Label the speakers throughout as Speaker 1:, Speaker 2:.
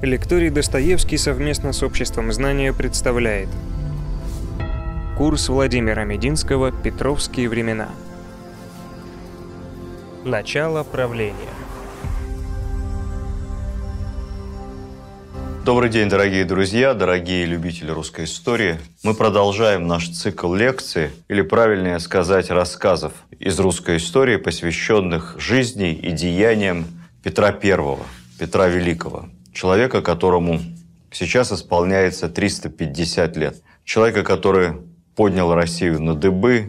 Speaker 1: Лекторий Достоевский совместно с Обществом знания представляет курс Владимира Мединского «Петровские времена». Начало правления.
Speaker 2: Добрый день, дорогие друзья, дорогие любители русской истории. Мы продолжаем наш цикл лекций, или правильнее сказать, рассказов из русской истории, посвященных жизни и деяниям Петра I, Петра Великого. Человека, которому сейчас исполняется 350 лет. Человека, который поднял Россию на дыбы,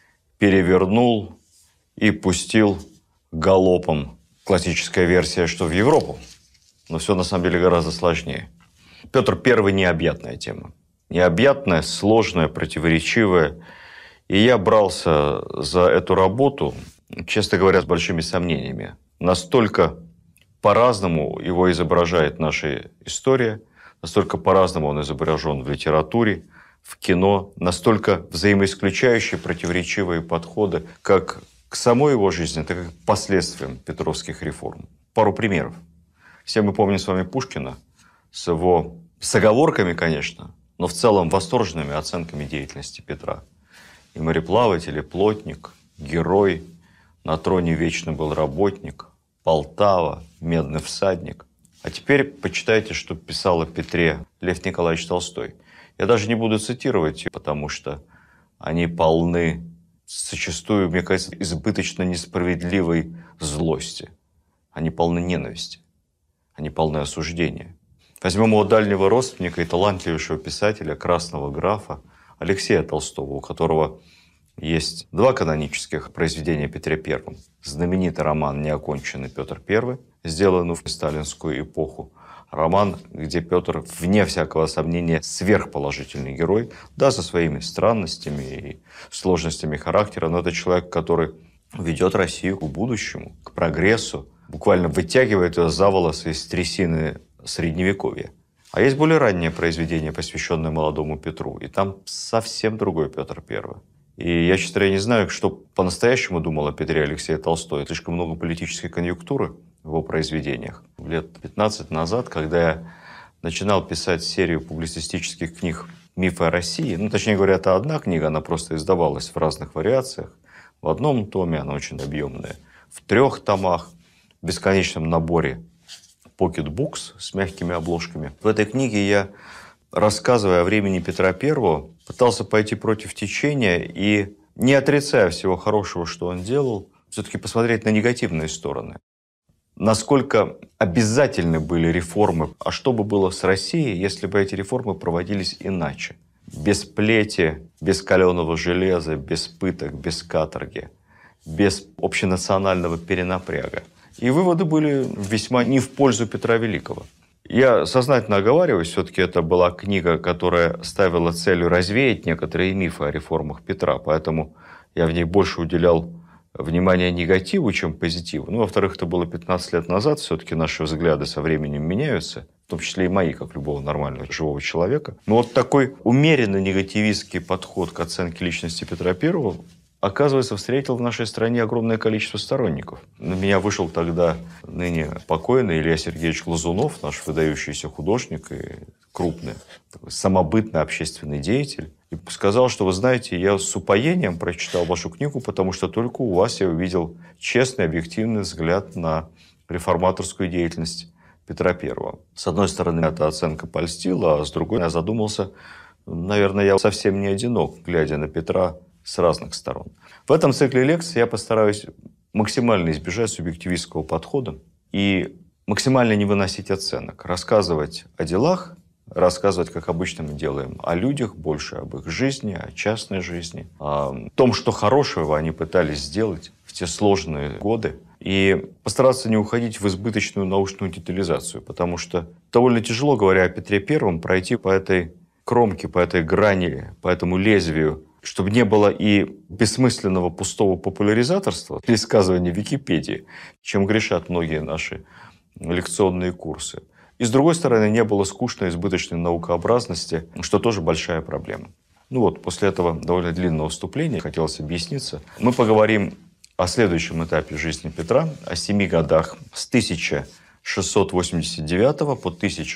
Speaker 2: перевернул и пустил галопом. Классическая версия, что в Европу. Но все на самом деле гораздо сложнее. Петр I – необъятная тема. Необъятная, сложная, противоречивая. И я брался за эту работу, честно говоря, с большими сомнениями. Настолько по-разному его изображает наша история, настолько по-разному он изображен в литературе, в кино, настолько взаимоисключающие, противоречивые подходы как к самой его жизни, так и к последствиям петровских реформ. Пару примеров. Все мы помним с вами Пушкина с его с оговорками, конечно, но в целом восторженными оценками деятельности Петра. И мореплаватель, и плотник, герой, на троне вечно был работник, Полтава, медный всадник. А теперь почитайте, что писал о Петре Лев Николаевич Толстой. Я даже не буду цитировать, потому что они полны зачастую, мне кажется, избыточно несправедливой злости. Они полны ненависти. Они полны осуждения. Возьмем его дальнего родственника и талантливейшего писателя, красного графа Алексея Толстого, у которого есть два канонических произведения о Петре I. Знаменитый роман «Неоконченный Петр I», сделанный в сталинскую эпоху. Роман, где Петр, вне всякого сомнения, сверхположительный герой, да, со своими странностями и сложностями характера, но это человек, который ведет Россию к будущему, к прогрессу, буквально вытягивает ее за волосы из трясины Средневековья. А есть более раннее произведение, посвященное молодому Петру, и там совсем другой Петр I. И я, честно говоря, не знаю, что по-настоящему думал о Петре Алексей Толстой. Слишком много политической конъюнктуры в его произведениях. Лет 15 назад, когда я начинал писать серию публицистических книг «Мифы о России», точнее говоря, это одна книга, она просто издавалась в разных вариациях. В одном томе она очень объемная, в 3 томах, в бесконечном наборе pocketbooks с мягкими обложками. В этой книге я, рассказывая о времени Петра I, пытался пойти против течения и, не отрицая всего хорошего, что он делал, все-таки посмотреть на негативные стороны. Насколько обязательны были реформы, а что бы было с Россией, если бы эти реформы проводились иначе? Без плети, без каленого железа, без пыток, без каторги, без общенационального перенапряга. И выводы были весьма не в пользу Петра Великого. Я сознательно оговариваюсь, все-таки это была книга, которая ставила целью развеять некоторые мифы о реформах Петра, поэтому я в ней больше уделял внимание негативу, чем позитиву. Во-вторых, это было 15 лет назад, все-таки наши взгляды со временем меняются, в том числе и мои, как любого нормального живого человека. Но вот такой умеренно негативистский подход к оценке личности Петра I, оказывается, встретил в нашей стране огромное количество сторонников. На меня вышел тогда ныне покойный Илья Сергеевич Глазунов, наш выдающийся художник и крупный, такой самобытный общественный деятель, и сказал, что, вы знаете, я с упоением прочитал вашу книгу, потому что только у вас я увидел честный, объективный взгляд на реформаторскую деятельность Петра I. С одной стороны, эта оценка польстила, а с другой я задумался, наверное, я совсем не одинок, глядя на Петра с разных сторон. В этом цикле лекций я постараюсь максимально избежать субъективистского подхода и максимально не выносить оценок. Рассказывать о делах, рассказывать, как обычно мы делаем, о людях, больше об их жизни, о частной жизни, о том, что хорошего они пытались сделать в те сложные годы. И постараться не уходить в избыточную научную детализацию, потому что довольно тяжело, говоря о Петре I, пройти по этой кромке, по этой грани, по этому лезвию, чтобы не было и бессмысленного пустого популяризаторства, пересказывания Википедии, чем грешат многие наши лекционные курсы. И, с другой стороны, не было скучной, избыточной наукообразности, что тоже большая проблема. После этого довольно длинного вступления хотелось объясниться. Мы поговорим о следующем этапе жизни Петра, о 7 годах с 1000 1689 по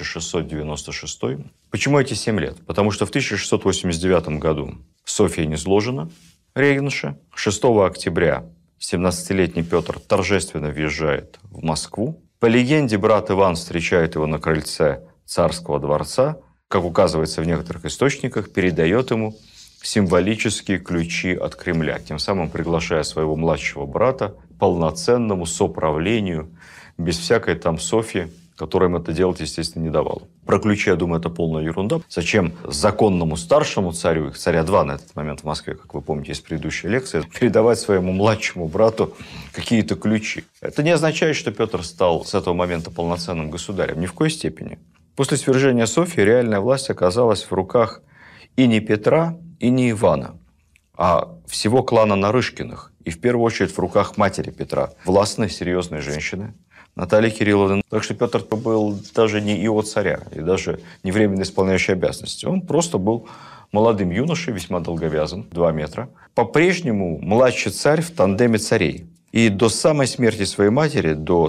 Speaker 2: 1696. Почему эти 7 лет? Потому что в 1689 году Софья низложена, регенша. 6 октября 17-летний Петр торжественно въезжает в Москву. По легенде, брат Иван встречает его на крыльце царского дворца, как указывается в некоторых источниках, передает ему символические ключи от Кремля, тем самым приглашая своего младшего брата к полноценному соправлению, без всякой там Софьи, которая им это делать, естественно, не давала. Про ключи, я думаю, это полная ерунда. Зачем законному старшему царю, их царя 2 на этот момент в Москве, как вы помните из предыдущей лекции, передавать своему младшему брату какие-то ключи? Это не означает, что Петр стал с этого момента полноценным государем. Ни в коей степени. После свержения Софьи реальная власть оказалась в руках и не Петра, и не Ивана, а всего клана Нарышкиных. И в первую очередь в руках матери Петра, властной, серьезной женщины, Натальи Кирилловны. Так что Петр был даже не ио царя, и даже не временно исполняющий обязанности. Он просто был молодым юношей, весьма долговязым, 2 метра. По-прежнему младший царь в тандеме царей. И до самой смерти своей матери, до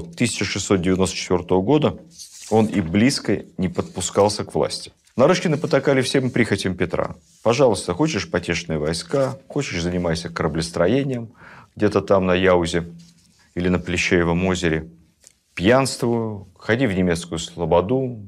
Speaker 2: 1694 года, он и близко не подпускался к власти. Нарышкины потакали всем прихотям Петра. Пожалуйста, хочешь потешные войска, хочешь занимайся кораблестроением, где-то там на Яузе или на Плещеевом озере. Пьянствуй, ходи в немецкую слободу,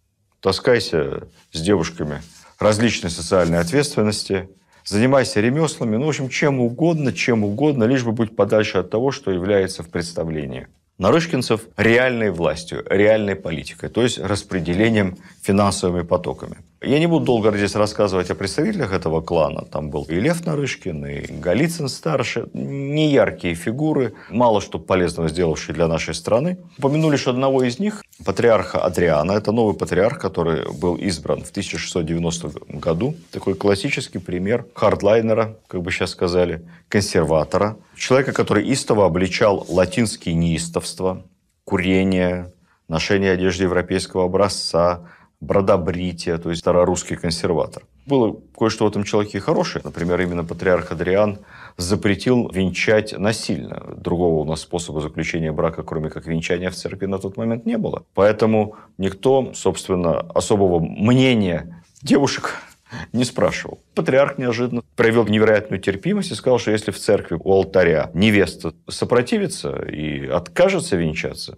Speaker 2: таскайся с девушками различной социальной ответственности, занимайся ремеслами, ну, в общем, чем угодно, лишь бы быть подальше от того, что является в представлении нарышкинцев реальной властью, реальной политикой, то есть распределением финансовыми потоками. Я не буду долго здесь рассказывать о представителях этого клана. Там был и Лев Нарышкин, и Голицын-старший. Неяркие фигуры, мало что полезного сделавшие для нашей страны. Упомянули лишь одного из них, патриарха Адриана. Это новый патриарх, который был избран в 1690 году. Такой классический пример хардлайнера, как бы сейчас сказали, консерватора. Человека, который истово обличал латинские неистовства, курение, ношение одежды европейского образца, бродобритие, то есть старорусский консерватор. Было кое-что в этом человеке хорошее. Например, именно патриарх Адриан запретил венчать насильно. Другого у нас способа заключения брака, кроме как венчания в церкви, на тот момент не было. Поэтому никто, собственно, особого мнения девушек не спрашивал. Патриарх неожиданно проявил невероятную терпимость и сказал, что если в церкви у алтаря невеста сопротивится и откажется венчаться,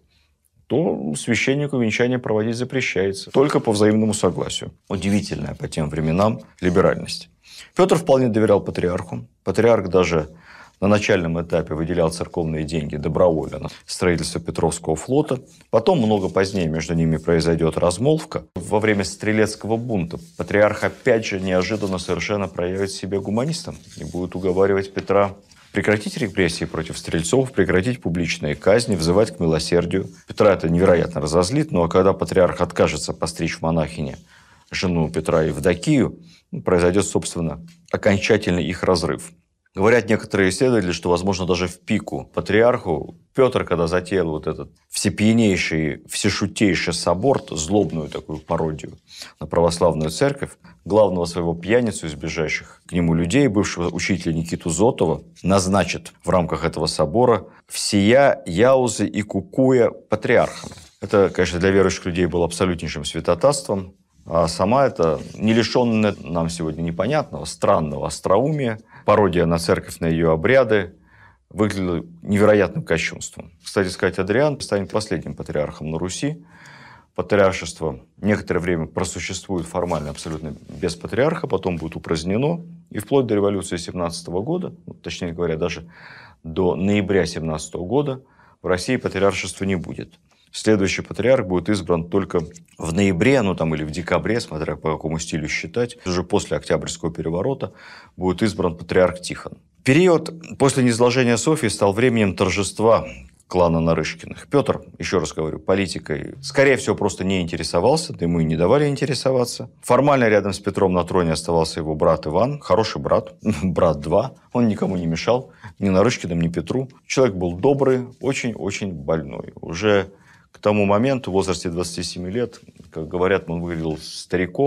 Speaker 2: то священнику венчание проводить запрещается. Только по взаимному согласию. Удивительная по тем временам либеральность. Петр вполне доверял патриарху. Патриарх даже на начальном этапе выделял церковные деньги добровольно на строительство Петровского флота. Потом, много позднее, между ними произойдет размолвка. Во время стрелецкого бунта патриарх опять же неожиданно совершенно проявит себя гуманистом и будет уговаривать Петра прекратить репрессии против стрельцов, прекратить публичные казни, взывать к милосердию. Петра это невероятно разозлит, но когда патриарх откажется постричь в монахине жену Петра Евдокию, произойдет, собственно, окончательный их разрыв. Говорят некоторые исследователи, что, возможно, даже в пику патриарху Петр, когда затеял вот этот всепьянейший, всешутейший собор, злобную такую пародию на православную церковь, главного своего пьяницу из ближайших к нему людей, бывшего учителя Никиту Зотова, назначит в рамках этого собора всея Яузы и Кукуя патриархом. Это, конечно, для верующих людей было абсолютнейшим святотатством, а сама это не лишенная нам сегодня непонятного, странного остроумия, пародия на церковь, на ее обряды, выглядела невероятным кощунством. Кстати сказать, Адриан станет последним патриархом на Руси. Патриаршество некоторое время просуществует формально абсолютно без патриарха, потом будет упразднено. И вплоть до революции 17 года, точнее говоря, даже до ноября 17 года в России патриаршества не будет. Следующий патриарх будет избран только в ноябре, ну там или в декабре, смотря по какому стилю считать. Уже после Октябрьского переворота будет избран патриарх Тихон. Период после низложения Софьи стал временем торжества клана Нарышкиных. Петр, еще раз говорю, политикой, скорее всего, просто не интересовался, да ему и не давали интересоваться. Формально рядом с Петром на троне оставался его брат Иван, хороший брат, брат 2. Он никому не мешал, ни Нарышкиным, ни Петру. Человек был добрый, очень-очень больной. Уже к тому моменту, в возрасте 27 лет, как говорят, он выглядел стариком,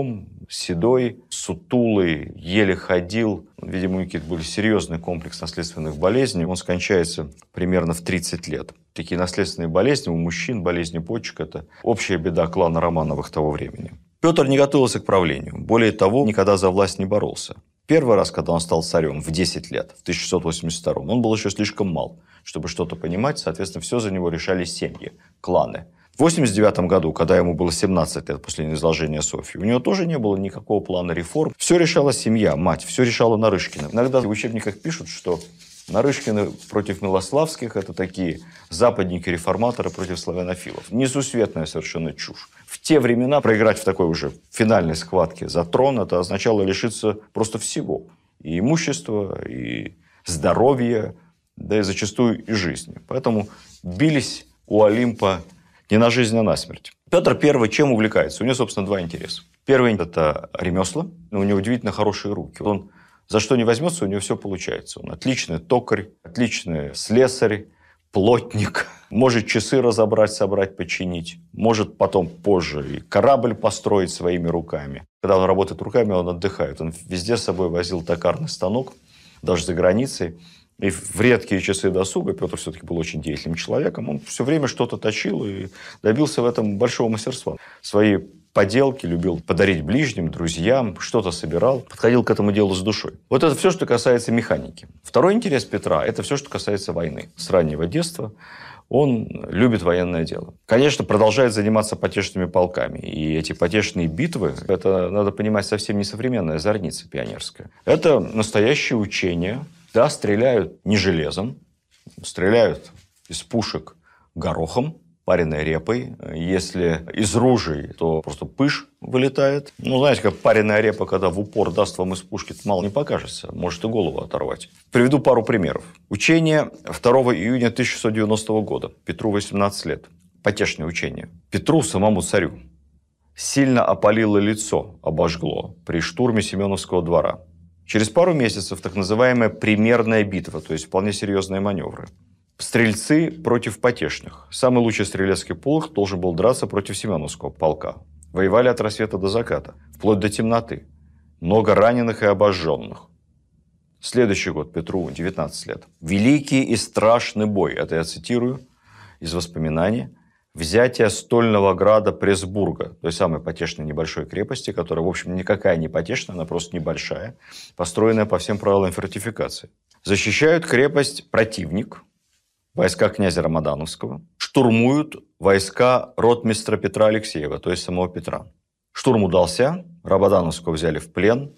Speaker 2: седой, сутулый, еле ходил. Видимо, у него какие-то были серьезный комплекс наследственных болезней. Он скончается примерно в 30 лет. Такие наследственные болезни у мужчин, болезни почек – это общая беда клана Романовых того времени. Петр не готовился к правлению. Более того, никогда за власть не боролся. Первый раз, когда он стал царем в 10 лет, в 1682, он был еще слишком мал, чтобы что-то понимать. Соответственно, все за него решали семьи, кланы. В 1989 году, когда ему было 17 лет после низложения Софьи, у него тоже не было никакого плана реформ. Все решала семья, мать, все решала Нарышкина. Иногда в учебниках пишут, что Нарышкины против Милославских – это такие западники-реформаторы против славянофилов. Несусветная совершенно чушь. В те времена проиграть в такой уже финальной схватке за трон – это означало лишиться просто всего. И имущества, и здоровья, да и зачастую и жизни. Поэтому бились у Олимпа не на жизнь, а на смерть. Петр I чем увлекается? У него, собственно, два интереса. Первый – это ремесла. У него удивительно хорошие руки. Он за что не возьмется, у него все получается. Он отличный токарь, отличный слесарь, плотник. Может часы разобрать, собрать, починить. Может потом позже и корабль построить своими руками. Когда он работает руками, он отдыхает. Он везде с собой возил токарный станок, даже за границей. И в редкие часы досуга, Петр все-таки был очень деятельным человеком, он все время что-то точил и добился в этом большого мастерства. Свои поделки любил подарить ближним, друзьям, что-то собирал, подходил к этому делу с душой. Вот это все, что касается механики. Второй интерес Петра – это все, что касается войны. С раннего детства он любит военное дело. Конечно, продолжает заниматься потешными полками. И эти потешные битвы, это, надо понимать, совсем не современная зорница пионерская. Это настоящее учение. Да, стреляют не железом, стреляют из пушек горохом, пареной репой. Если из ружей, то просто пыш вылетает. Ну, знаете, как пареная репа, когда в упор даст вам из пушки, мало не покажется. Может и голову оторвать. Приведу пару примеров. Учение 2 июня 1690 года. Петру 18 лет. Потешное учение. Петру, самому царю, сильно опалило лицо, обожгло при штурме Семеновского двора. Через пару месяцев так называемая примерная битва, то есть вполне серьезные маневры. Стрельцы против потешных. Самый лучший стрелецкий полк должен был драться против Семеновского полка. Воевали от рассвета до заката, вплоть до темноты. Много раненых и обожженных. Следующий год, Петру 19 лет. «Великий и страшный бой», это я цитирую из воспоминаний, взятие стольного града Пресбурга, той самой потешной небольшой крепости, которая, в общем, никакая не потешная, она просто небольшая, построенная по всем правилам фортификации. Защищают крепость противник, войска князя Рамадановского, штурмуют войска ротмистра Петра Алексеева, то есть самого Петра. Штурм удался, Рамадановского взяли в плен,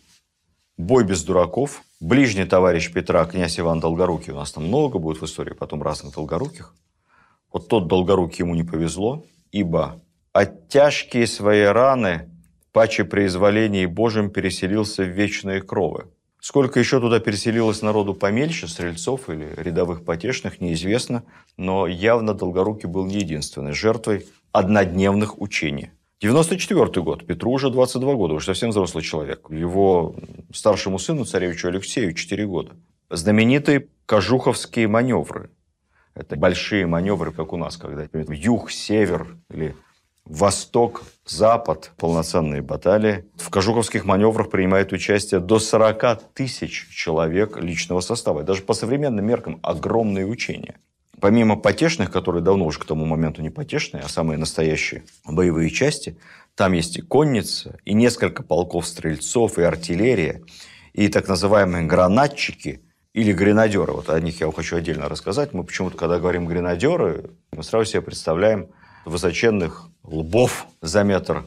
Speaker 2: бой без дураков. Ближний товарищ Петра, князь Иван Долгорукий, у нас там много будет в истории потом разных Долгоруких. Вот тот Долгорукий ему не повезло, ибо от тяжкие свои раны, паче при изволении Божьем, переселился в вечные кровы. Сколько еще туда переселилось народу помельче, стрельцов или рядовых потешных, неизвестно, но явно Долгорукий был не единственной жертвой однодневных учений. 94 год, Петру уже 22 года, уже совсем взрослый человек. Его старшему сыну, царевичу Алексею, 4 года. Знаменитые кожуховские маневры. Это большие маневры, как у нас, когда юг, север или восток, запад, полноценные баталии. В кожуховских маневрах принимает участие до 40 тысяч человек личного состава. И даже по современным меркам огромные учения. Помимо потешных, которые давно уже к тому моменту не потешные, а самые настоящие боевые части, там есть и конница, и несколько полков стрельцов, и артиллерия, и так называемые гранатчики – или гренадеры. Вот о них я вам хочу отдельно рассказать. Мы почему-то, когда говорим гренадеры, мы сразу себе представляем высоченных лбов за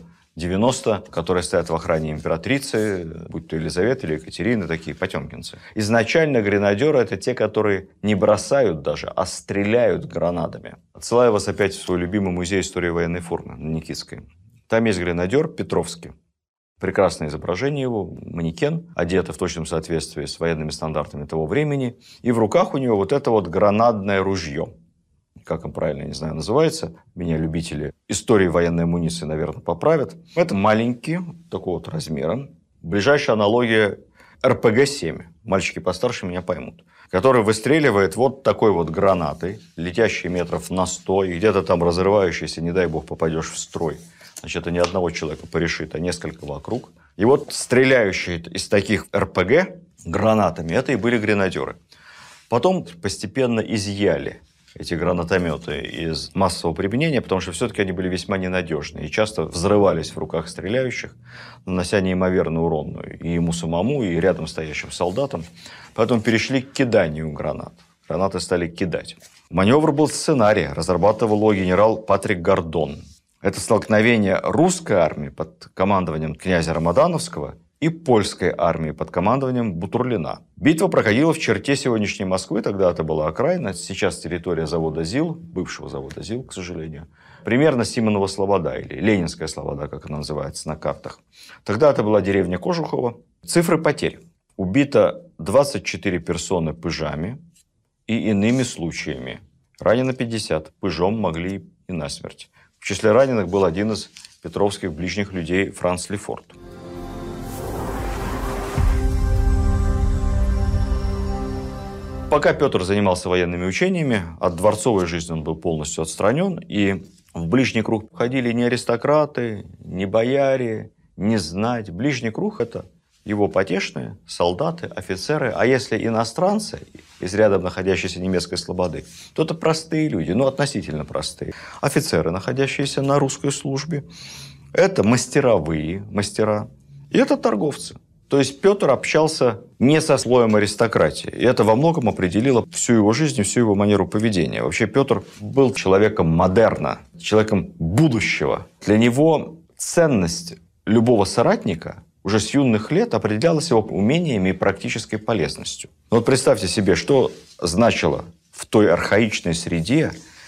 Speaker 2: 1,90 м, которые стоят в охране императрицы, будь то Елизавета или Екатерина, такие потемкинцы. Изначально гренадеры – это те, которые не бросают даже, а стреляют гранатами. Отсылаю вас опять в свой любимый музей истории военной формы на Никитской. Там есть гренадер Петровский. Прекрасное изображение его, манекен, одетый в точном соответствии с военными стандартами того времени. И в руках у него вот это вот гранатное ружье. Как он правильно, не знаю, называется. Меня любители истории военной амуниции, наверное, поправят. Это маленький, такого вот размера. Ближайшая аналогия РПГ-7. Мальчики постарше меня поймут. Который выстреливает вот такой вот гранатой, летящей метров на 100, и где-то там разрывающейся, не дай бог, попадешь в строй. Значит, это не одного человека порешит, а несколько вокруг. И вот стреляющие из таких РПГ гранатами, это и были гренадеры. Потом постепенно изъяли эти гранатометы из массового применения, потому что все-таки они были весьма ненадежны и часто взрывались в руках стреляющих, нанося неимоверный урон и ему самому, и рядом стоящим солдатам. Поэтому перешли к киданию гранат. Гранаты стали кидать. Маневр был сценарий, разрабатывал его генерал Патрик Гордон. Это столкновение русской армии под командованием князя Рамадановского и польской армии под командованием Бутурлина. Битва проходила в черте сегодняшней Москвы, тогда это была окраина, сейчас территория завода ЗИЛ, бывшего завода ЗИЛ, к сожалению. Примерно Симонова Слобода, или Ленинская Слобода, как она называется на картах. Тогда это была деревня Кожухово. Цифры потерь. Убито 24 персоны пыжами и иными случаями. Ранено 50, пыжом могли и насмерть. В числе раненых был один из петровских ближних людей Франц Лефорт. Пока Петр занимался военными учениями, от дворцовой жизни он был полностью отстранен, и в ближний круг входили не аристократы, не бояре, не знать. Ближний круг – это его потешные, солдаты, офицеры, а если иностранцы из рядом находящейся немецкой слободы, то это простые люди, относительно простые. Офицеры, находящиеся на русской службе, это мастеровые мастера, и это торговцы. То есть Петр общался не со слоем аристократии. И это во многом определило всю его жизнь и всю его манеру поведения. Вообще Петр был человеком модерна, человеком будущего. Для него ценность любого соратника уже с юных лет определялась его умениями и практической полезностью. Вот представьте себе, что значило в той архаичной среде,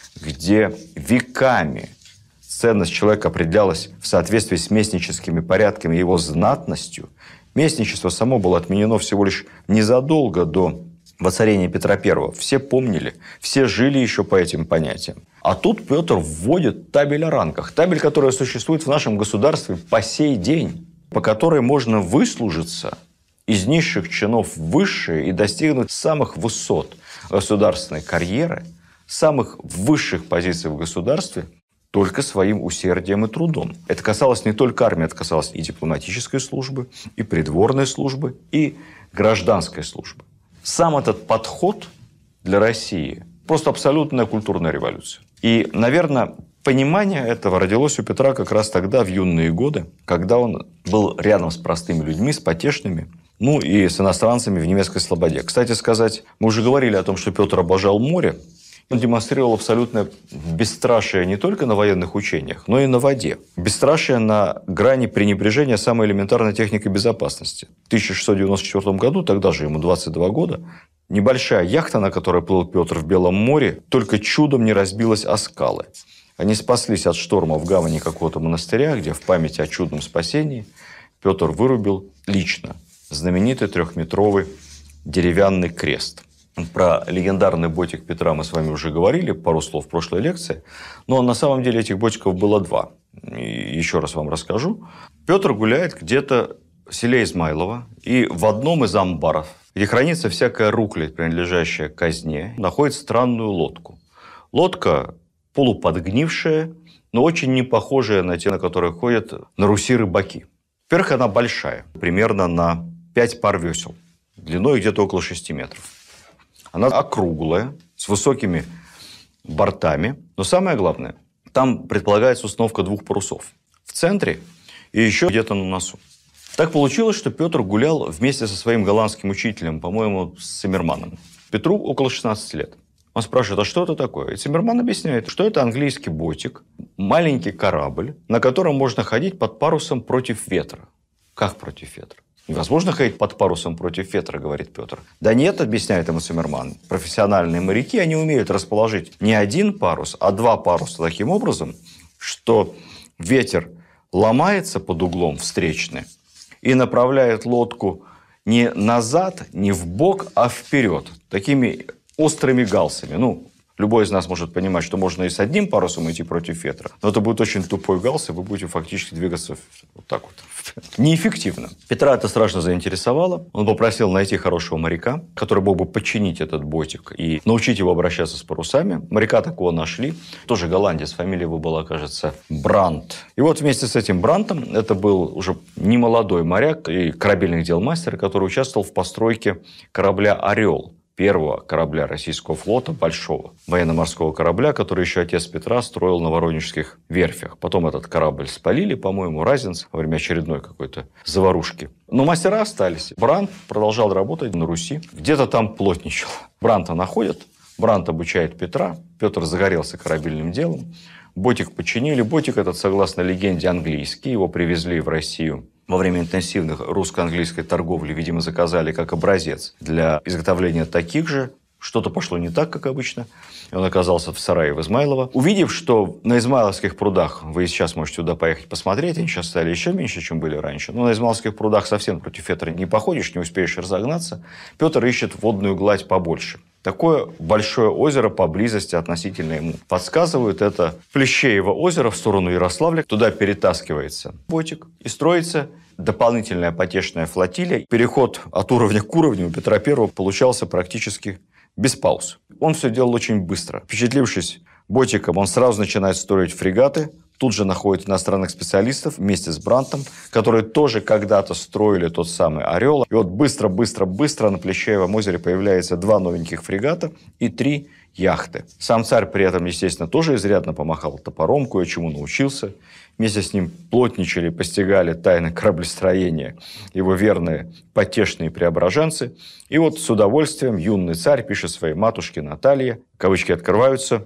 Speaker 2: где веками ценность человека определялась в соответствии с местническими порядками и его знатностью. Местничество само было отменено всего лишь незадолго до воцарения Петра I. Все помнили, все жили еще по этим понятиям. А тут Петр вводит табель о рангах. Табель, которая существует в нашем государстве по сей день, по которой можно выслужиться из низших чинов в высшие и достигнуть самых высот государственной карьеры, самых высших позиций в государстве только своим усердием и трудом. Это касалось не только армии, это касалось и дипломатической службы, и придворной службы, и гражданской службы. Сам этот подход для России – просто абсолютная культурная революция. И, наверное, понимание этого родилось у Петра как раз тогда, в юные годы, когда он был рядом с простыми людьми, с потешными, и с иностранцами в немецкой слободе. Кстати сказать, мы уже говорили о том, что Петр обожал море. Он демонстрировал абсолютное бесстрашие не только на военных учениях, но и на воде. Бесстрашие на грани пренебрежения самой элементарной техникой безопасности. В 1694 году, тогда же ему 22 года, небольшая яхта, на которой плыл Петр в Белом море, только чудом не разбилась о скалы. Они спаслись от шторма в гавани какого-то монастыря, где в память о чудном спасении Петр вырубил лично знаменитый 3-метровый деревянный крест. Про легендарный ботик Петра мы с вами уже говорили, пару слов в прошлой лекции. Но на самом деле этих ботиков было 2. И еще раз вам расскажу. Петр гуляет где-то в селе Измайлово. И в одном из амбаров, где хранится всякая рухлядь, принадлежащая казне, находит странную лодку. Лодка полуподгнившая, но очень не похожая на те, на которые ходят на Руси рыбаки. Во-первых, она большая, примерно на 5 пар весел. Длиной где-то около 6 метров. Она округлая, с высокими бортами. Но самое главное, там предполагается установка 2 парусов. В центре и еще где-то на носу. Так получилось, что Петр гулял вместе со своим голландским учителем, по-моему, с Циммерманом. Петру около 16 лет. Он спрашивает, а что это такое? И Циммерман объясняет, что это английский ботик, маленький корабль, на котором можно ходить под парусом против ветра. Как против ветра? Невозможно ходить под парусом против ветра, говорит Петр. Да нет, объясняет ему Циммерман. Профессиональные моряки, они умеют расположить не 1 парус, а 2 паруса таким образом, что ветер ломается под углом встречный и направляет лодку не назад, не вбок, а вперед. Такими острыми галсами. Любой из нас может понимать, что можно и с одним парусом идти против ветра, но это будет очень тупой галс, и вы будете фактически двигаться вот так вот. Неэффективно. Петра это страшно заинтересовало. Он попросил найти хорошего моряка, который мог бы подчинить этот ботик и научить его обращаться с парусами. Моряка такого нашли. Тоже голландец, фамилия его была, кажется, Брандт. И вот вместе с этим Брандтом, это был уже немолодой моряк и корабельных дел мастер, который участвовал в постройке корабля «Орел», первого корабля российского флота, большого военно-морского корабля, который еще отец Петра строил на Воронежских верфях. Потом этот корабль спалили, по-моему, Разинц во время очередной какой-то заварушки. Но мастера остались. Брандт продолжал работать на Руси, где-то там плотничал. Брандта находят, Брандт обучает Петра, Петр загорелся корабельным делом, ботик починили. Ботик этот, согласно легенде, английский, его привезли в Россию. Во время интенсивных русско-английской торговли, видимо, заказали как образец для изготовления таких же. Что-то пошло не так, как обычно. Он оказался в сарае в Измайлово. Увидев, что на Измайловских прудах, вы и сейчас можете туда поехать посмотреть, они сейчас стали еще меньше, чем были раньше, но на Измайловских прудах совсем против ветра не походишь, не успеешь разогнаться, Петр ищет водную гладь побольше. Такое большое озеро поблизости относительно ему подсказывают. Это Плещеево озеро в сторону Ярославля. Туда перетаскивается ботик и строится дополнительная потешная флотилия. Переход от уровня к уровню у Петра I получался практически без пауз. Он все делал очень быстро. Впечатлившись ботиком, он сразу начинает строить фрегаты. Тут же находит иностранных специалистов вместе с Брандтом, которые тоже когда-то строили тот самый «Орел». И вот быстро на Плещеевом озере появляется 2 новеньких фрегата и 3 яхты. Сам царь при этом, естественно, тоже изрядно помахал топором, кое-чему научился. Вместе с ним плотничали, постигали тайны кораблестроения его верные потешные преображенцы. И вот с удовольствием юный царь пишет своей матушке Наталье, кавычки открываются,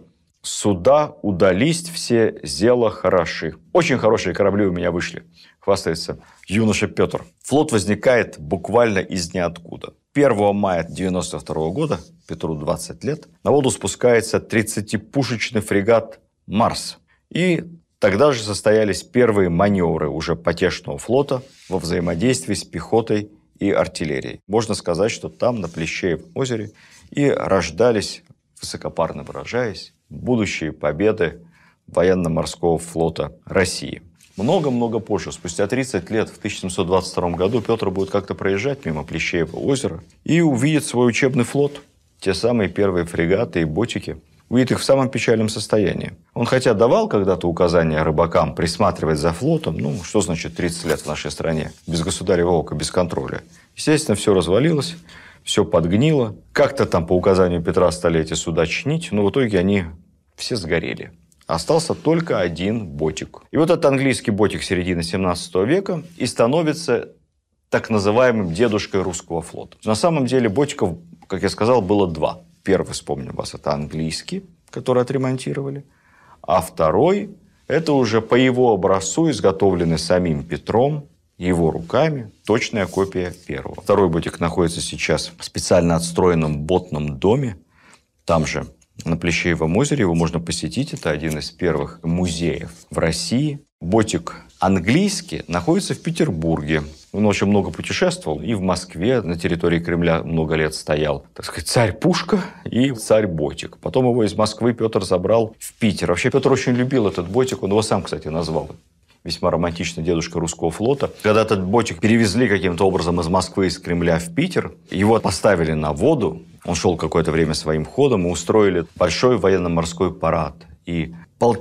Speaker 2: «Суда удались все зела хороши». Очень хорошие корабли у меня вышли, хвастается юноша Петр. Флот возникает буквально из ниоткуда. 1 мая 1992 года, Петру 20 лет, на воду спускается 30-пушечный фрегат «Марс». И тогда же состоялись первые маневры уже потешного флота во взаимодействии с пехотой и артиллерией. Можно сказать, что там, на Плещеевом озере, и рождались, высокопарно выражаясь, будущие победы военно-морского флота России. Много-много позже, спустя 30 лет, в 1722 году, Петр будет как-то проезжать мимо Плещеева озера и увидит свой учебный флот. Те самые первые фрегаты и ботики. Увидит их в самом печальном состоянии. Он хотя давал когда-то указания рыбакам присматривать за флотом, что значит 30 лет в нашей стране, без государева ока, без контроля. Естественно, все развалилось, все подгнило. Как-то там по указанию Петра стали эти суда чинить, но в итоге они все сгорели. Остался только один ботик. И вот этот английский ботик середины 17 века и становится так называемым дедушкой русского флота. На самом деле ботиков, как я сказал, было 2. Первый, вспомню вас, это английский, который отремонтировали. А второй, это уже по его образцу, изготовленный самим Петром, его руками, точная копия первого. Второй ботик находится сейчас в специально отстроенном ботном доме. Там же, на Плещеевом озере, его можно посетить. Это один из первых музеев в России. Ботик английский находится в Петербурге. Он очень много путешествовал. И в Москве, на территории Кремля много лет стоял, так сказать, царь-пушка и царь-ботик. Потом его из Москвы Петр забрал в Питер. Вообще Петр очень любил этот ботик. Он его сам, кстати, назвал. Весьма романтичный дедушка русского флота. Когда этот ботик перевезли каким-то образом из Москвы, из Кремля в Питер, его поставили на воду, он шел какое-то время своим ходом, и устроили большой военно-морской парад. И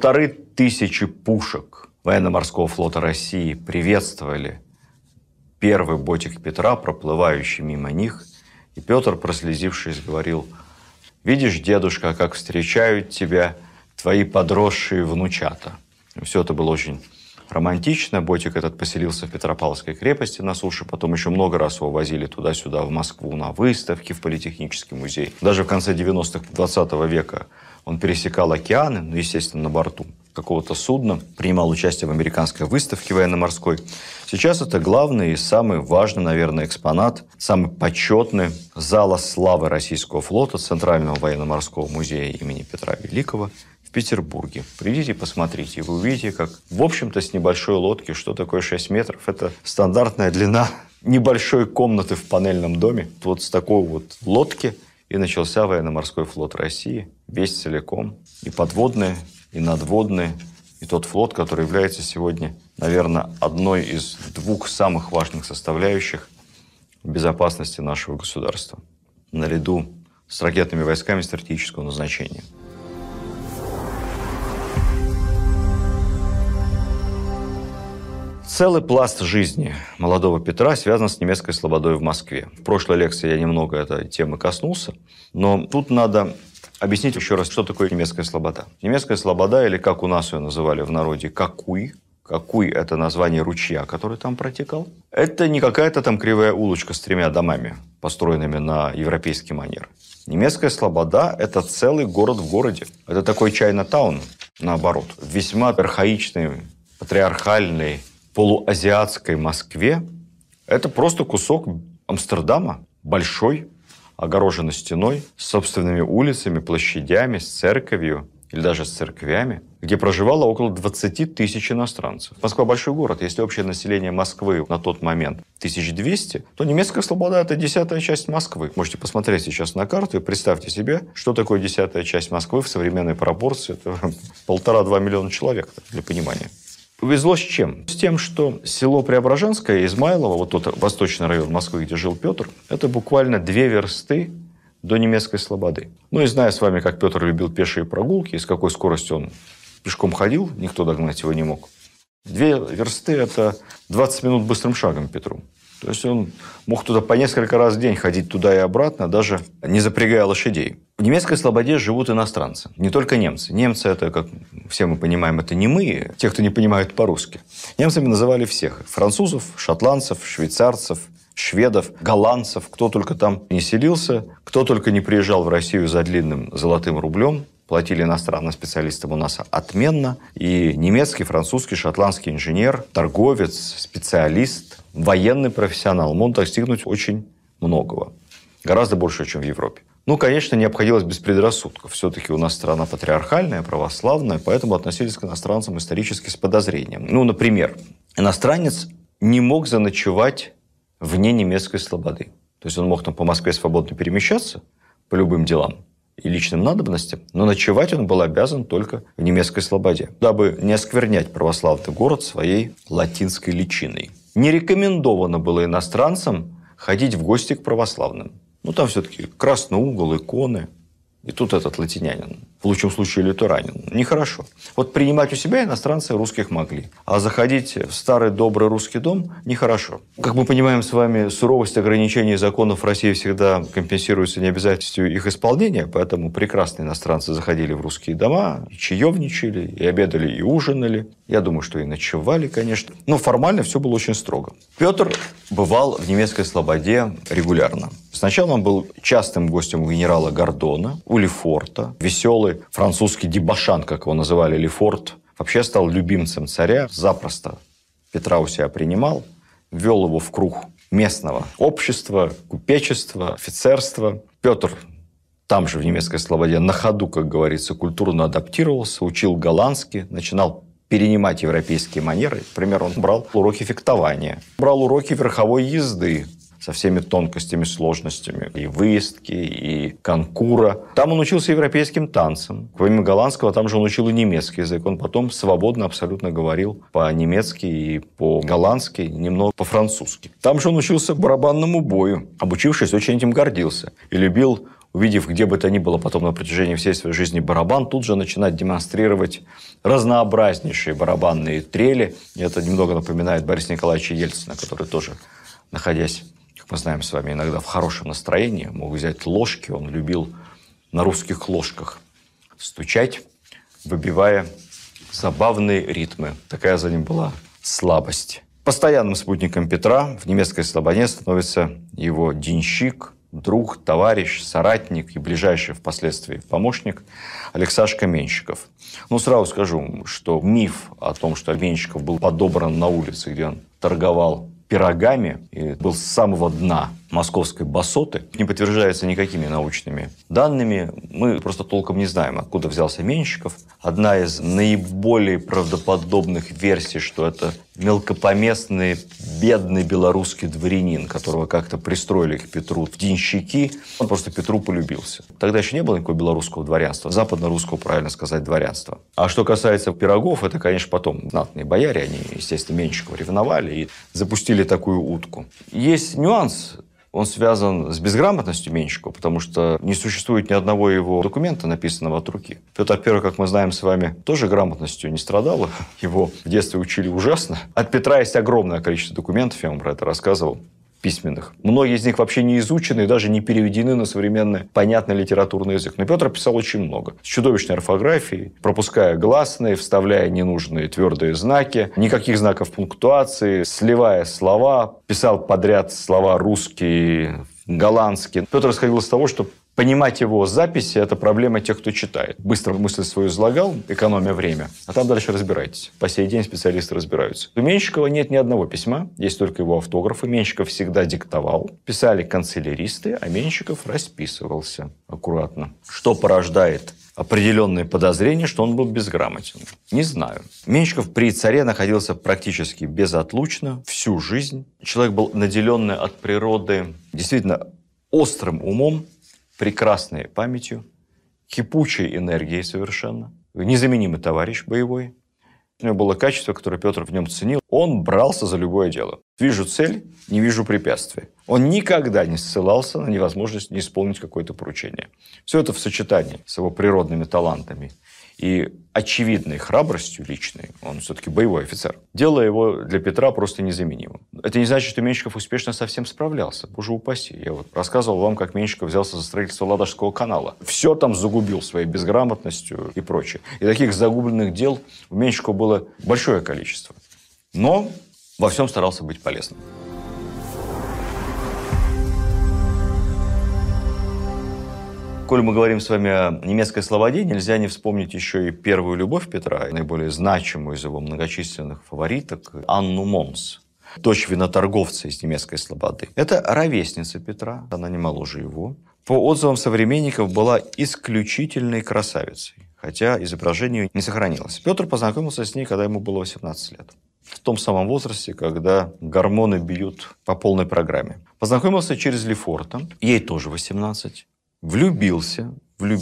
Speaker 2: 1500 пушек военно-морского флота России приветствовали первый ботик Петра, проплывающий мимо них. И Петр, прослезившись, говорил: «Видишь, дедушка, как встречают тебя твои подросшие внучата». И все это было очень романтично. Ботик этот поселился в Петропавловской крепости на суше. Потом еще много раз его возили туда-сюда, в Москву, на выставки, в Политехнический музей. Даже в конце 90-х 20 века он пересекал океаны, естественно, на борту какого-то судна, принимал участие в американской выставке военно-морской. Сейчас это главный и самый важный, наверное, экспонат, самый почетный зала славы российского флота, Центрального военно-морского музея имени Петра Великого в Петербурге. Придите, посмотрите, и вы увидите, как, в общем-то, с небольшой лодки, что такое 6 метров, это стандартная длина небольшой комнаты в панельном доме. Вот с такой вот лодки и начался военно-морской флот России весь целиком. И подводный, и надводный, и тот флот, который является сегодня, наверное, одной из двух самых важных составляющих безопасности нашего государства, наряду с ракетными войсками стратегического назначения. Целый пласт жизни молодого Петра связан с немецкой слободой в Москве. В прошлой лекции я немного этой темы коснулся, но тут надо объяснить еще раз, что такое немецкая слобода. Немецкая слобода, или как у нас ее называли в народе, Какуй. Какуй – это название ручья, который там протекал. Это не какая-то там кривая улочка с 3 домами, построенными на европейский манер. Немецкая слобода – это целый город в городе. Это такой Чайна-таун, наоборот. В весьма архаичной, патриархальной, полуазиатской Москве это просто кусок Амстердама, большой, огороженный стеной, с собственными улицами, площадями, с церковью или даже с церквями, где проживало около 20 тысяч иностранцев. Москва – большой город. Если общее население Москвы на тот момент 1200, то немецкая слобода – это 10-я часть Москвы. Можете посмотреть сейчас на карту и представьте себе, что такое 10-я часть Москвы в современной пропорции. Это 1,5-2 миллиона человек, для понимания. Повезло с чем? С тем, что село Преображенское, Измайлово, вот тот восточный район Москвы, где жил Петр, это буквально 2 версты до немецкой слободы. Ну и зная с вами, как Петр любил пешие прогулки, и с какой скоростью он пешком ходил, никто догнать его не мог. 2 версты – это 20 минут быстрым шагом Петру. То есть он мог туда по несколько раз в день ходить туда и обратно, даже не запрягая лошадей. В немецкой слободе живут иностранцы, не только немцы. Немцы – это, как все мы понимаем, это немые, те, кто не понимают по-русски. Немцами называли всех – французов, шотландцев, швейцарцев, шведов, голландцев, кто только там не селился, кто только не приезжал в Россию за длинным золотым рублем. Платили иностранным специалистам у нас отменно. И немецкий, французский, шотландский инженер, торговец, специалист, военный профессионал мог достигнуть очень многого. Гораздо больше, чем в Европе. Ну, конечно, не обходилось без предрассудков. Все-таки у нас страна патриархальная, православная, поэтому относились к иностранцам исторически с подозрением. Ну, например, иностранец не мог заночевать вне немецкой слободы. То есть он мог там по Москве свободно перемещаться по любым делам и личным надобностям, но ночевать он был обязан только в немецкой слободе, дабы не осквернять православный город своей латинской личиной. Не рекомендовано было иностранцам ходить в гости к православным. Ну, там все-таки красный угол, иконы. И тут этот латинянин, в лучшем случае лютеранин. Нехорошо. Вот принимать у себя иностранцы русских могли. А заходить в старый добрый русский дом нехорошо. Как мы понимаем с вами, суровость ограничений законов в России всегда компенсируется необязательностью их исполнения. Поэтому прекрасные иностранцы заходили в русские дома, и чаевничали, и обедали, и ужинали. Я думаю, что и ночевали, конечно. Но формально все было очень строго. Петр бывал в немецкой слободе регулярно. Сначала он был частым гостем у генерала Гордона, у Лефорта. Веселый французский дебошан, как его называли, Лефорт, вообще стал любимцем царя. Запросто Петра у себя принимал, ввел его в круг местного общества, купечества, офицерства. Петр там же, в немецкой слободе, на ходу, как говорится, культурно адаптировался, учил голландский, начинал перенимать европейские манеры. Например, он брал уроки фехтования, брал уроки верховой езды со всеми тонкостями, сложностями, и выездки, и конкура. Там он учился европейским танцам. Помимо голландского, там же он учил и немецкий язык. Он потом свободно абсолютно говорил по-немецки и по-голландски, немного по-французски. Там же он учился барабанному бою. Обучившись, очень этим гордился. И любил, увидев где бы то ни было потом на протяжении всей своей жизни барабан, тут же начинать демонстрировать разнообразнейшие барабанные трели. И это немного напоминает Бориса Николаевича Ельцина, который тоже, находясь, мы знаем с вами, иногда в хорошем настроении, мог взять ложки. Он любил на русских ложках стучать, выбивая забавные ритмы. Такая за ним была слабость. Постоянным спутником Петра в немецкой слободе становится его денщик, друг, товарищ, соратник и ближайший впоследствии помощник Алексашка Менщиков. Ну, сразу скажу, что миф о том, что Менщиков был подобран на улице, где он торговал пирогами и был с самого дна московской басоты не подтверждается никакими научными данными. Мы просто толком не знаем, откуда взялся Меньшиков. Одна из наиболее правдоподобных версий, что это мелкопоместный, бедный белорусский дворянин, которого как-то пристроили к Петру в денщики. Он просто Петру полюбился. Тогда еще не было никакого белорусского дворянства. Западно-русского, правильно сказать, дворянства. А что касается пирогов, это, конечно, потом знатные бояре. Они, естественно, Меньшикова ревновали и запустили такую утку. Есть нюанс. Он связан с безграмотностью Меньшикова, потому что не существует ни одного его документа, написанного от руки. Петр I, как мы знаем с вами, тоже грамотностью не страдал. Его в детстве учили ужасно. От Петра есть огромное количество документов, я вам про это рассказывал, письменных. Многие из них вообще не изучены и даже не переведены на современный понятный литературный язык. Но Петр писал очень много. С чудовищной орфографией, пропуская гласные, вставляя ненужные твердые знаки, никаких знаков пунктуации, сливая слова, писал подряд слова русские, голландские. Петр исходил из того, что понимать его записи – это проблема тех, кто читает. Быстро мысль свою излагал, экономя время, а там дальше разбирайтесь. По сей день специалисты разбираются. У Меньшикова нет ни одного письма, есть только его автографы. Меньшиков всегда диктовал. Писали канцеляристы, а Меньшиков расписывался аккуратно. Что порождает определенные подозрения, что он был безграмотен? Не знаю. Меньшиков при царе находился практически безотлучно всю жизнь. Человек был наделенный от природы действительно острым умом, прекрасной памятью, кипучей энергией совершенно, незаменимый товарищ боевой. У него было качество, которое Петр в нем ценил. Он брался за любое дело. Вижу цель, не вижу препятствия. Он никогда не ссылался на невозможность не исполнить какое-то поручение. Все это в сочетании с его природными талантами и очевидной храбростью личной, он все-таки боевой офицер, делало его для Петра просто незаменимым. Это не значит, что Меньшиков успешно со всем справлялся. Боже упаси. Я вот рассказывал вам, как Меньшиков взялся за строительство Ладожского канала. Все там загубил своей безграмотностью и прочее. И таких загубленных дел у Меньшикова было большое количество. Но во всем старался быть полезным. Коль мы говорим с вами о немецкой слободе, нельзя не вспомнить еще и первую любовь Петра, наиболее значимую из его многочисленных фавориток, Анну Монс, дочь виноторговца из немецкой слободы. Это ровесница Петра, она не моложе его. По отзывам современников, была исключительной красавицей, хотя изображение не сохранилось. Петр познакомился с ней, когда ему было 18 лет. В том самом возрасте, когда гормоны бьют по полной программе. Познакомился через Лефорта, ей тоже 18. Влюбился.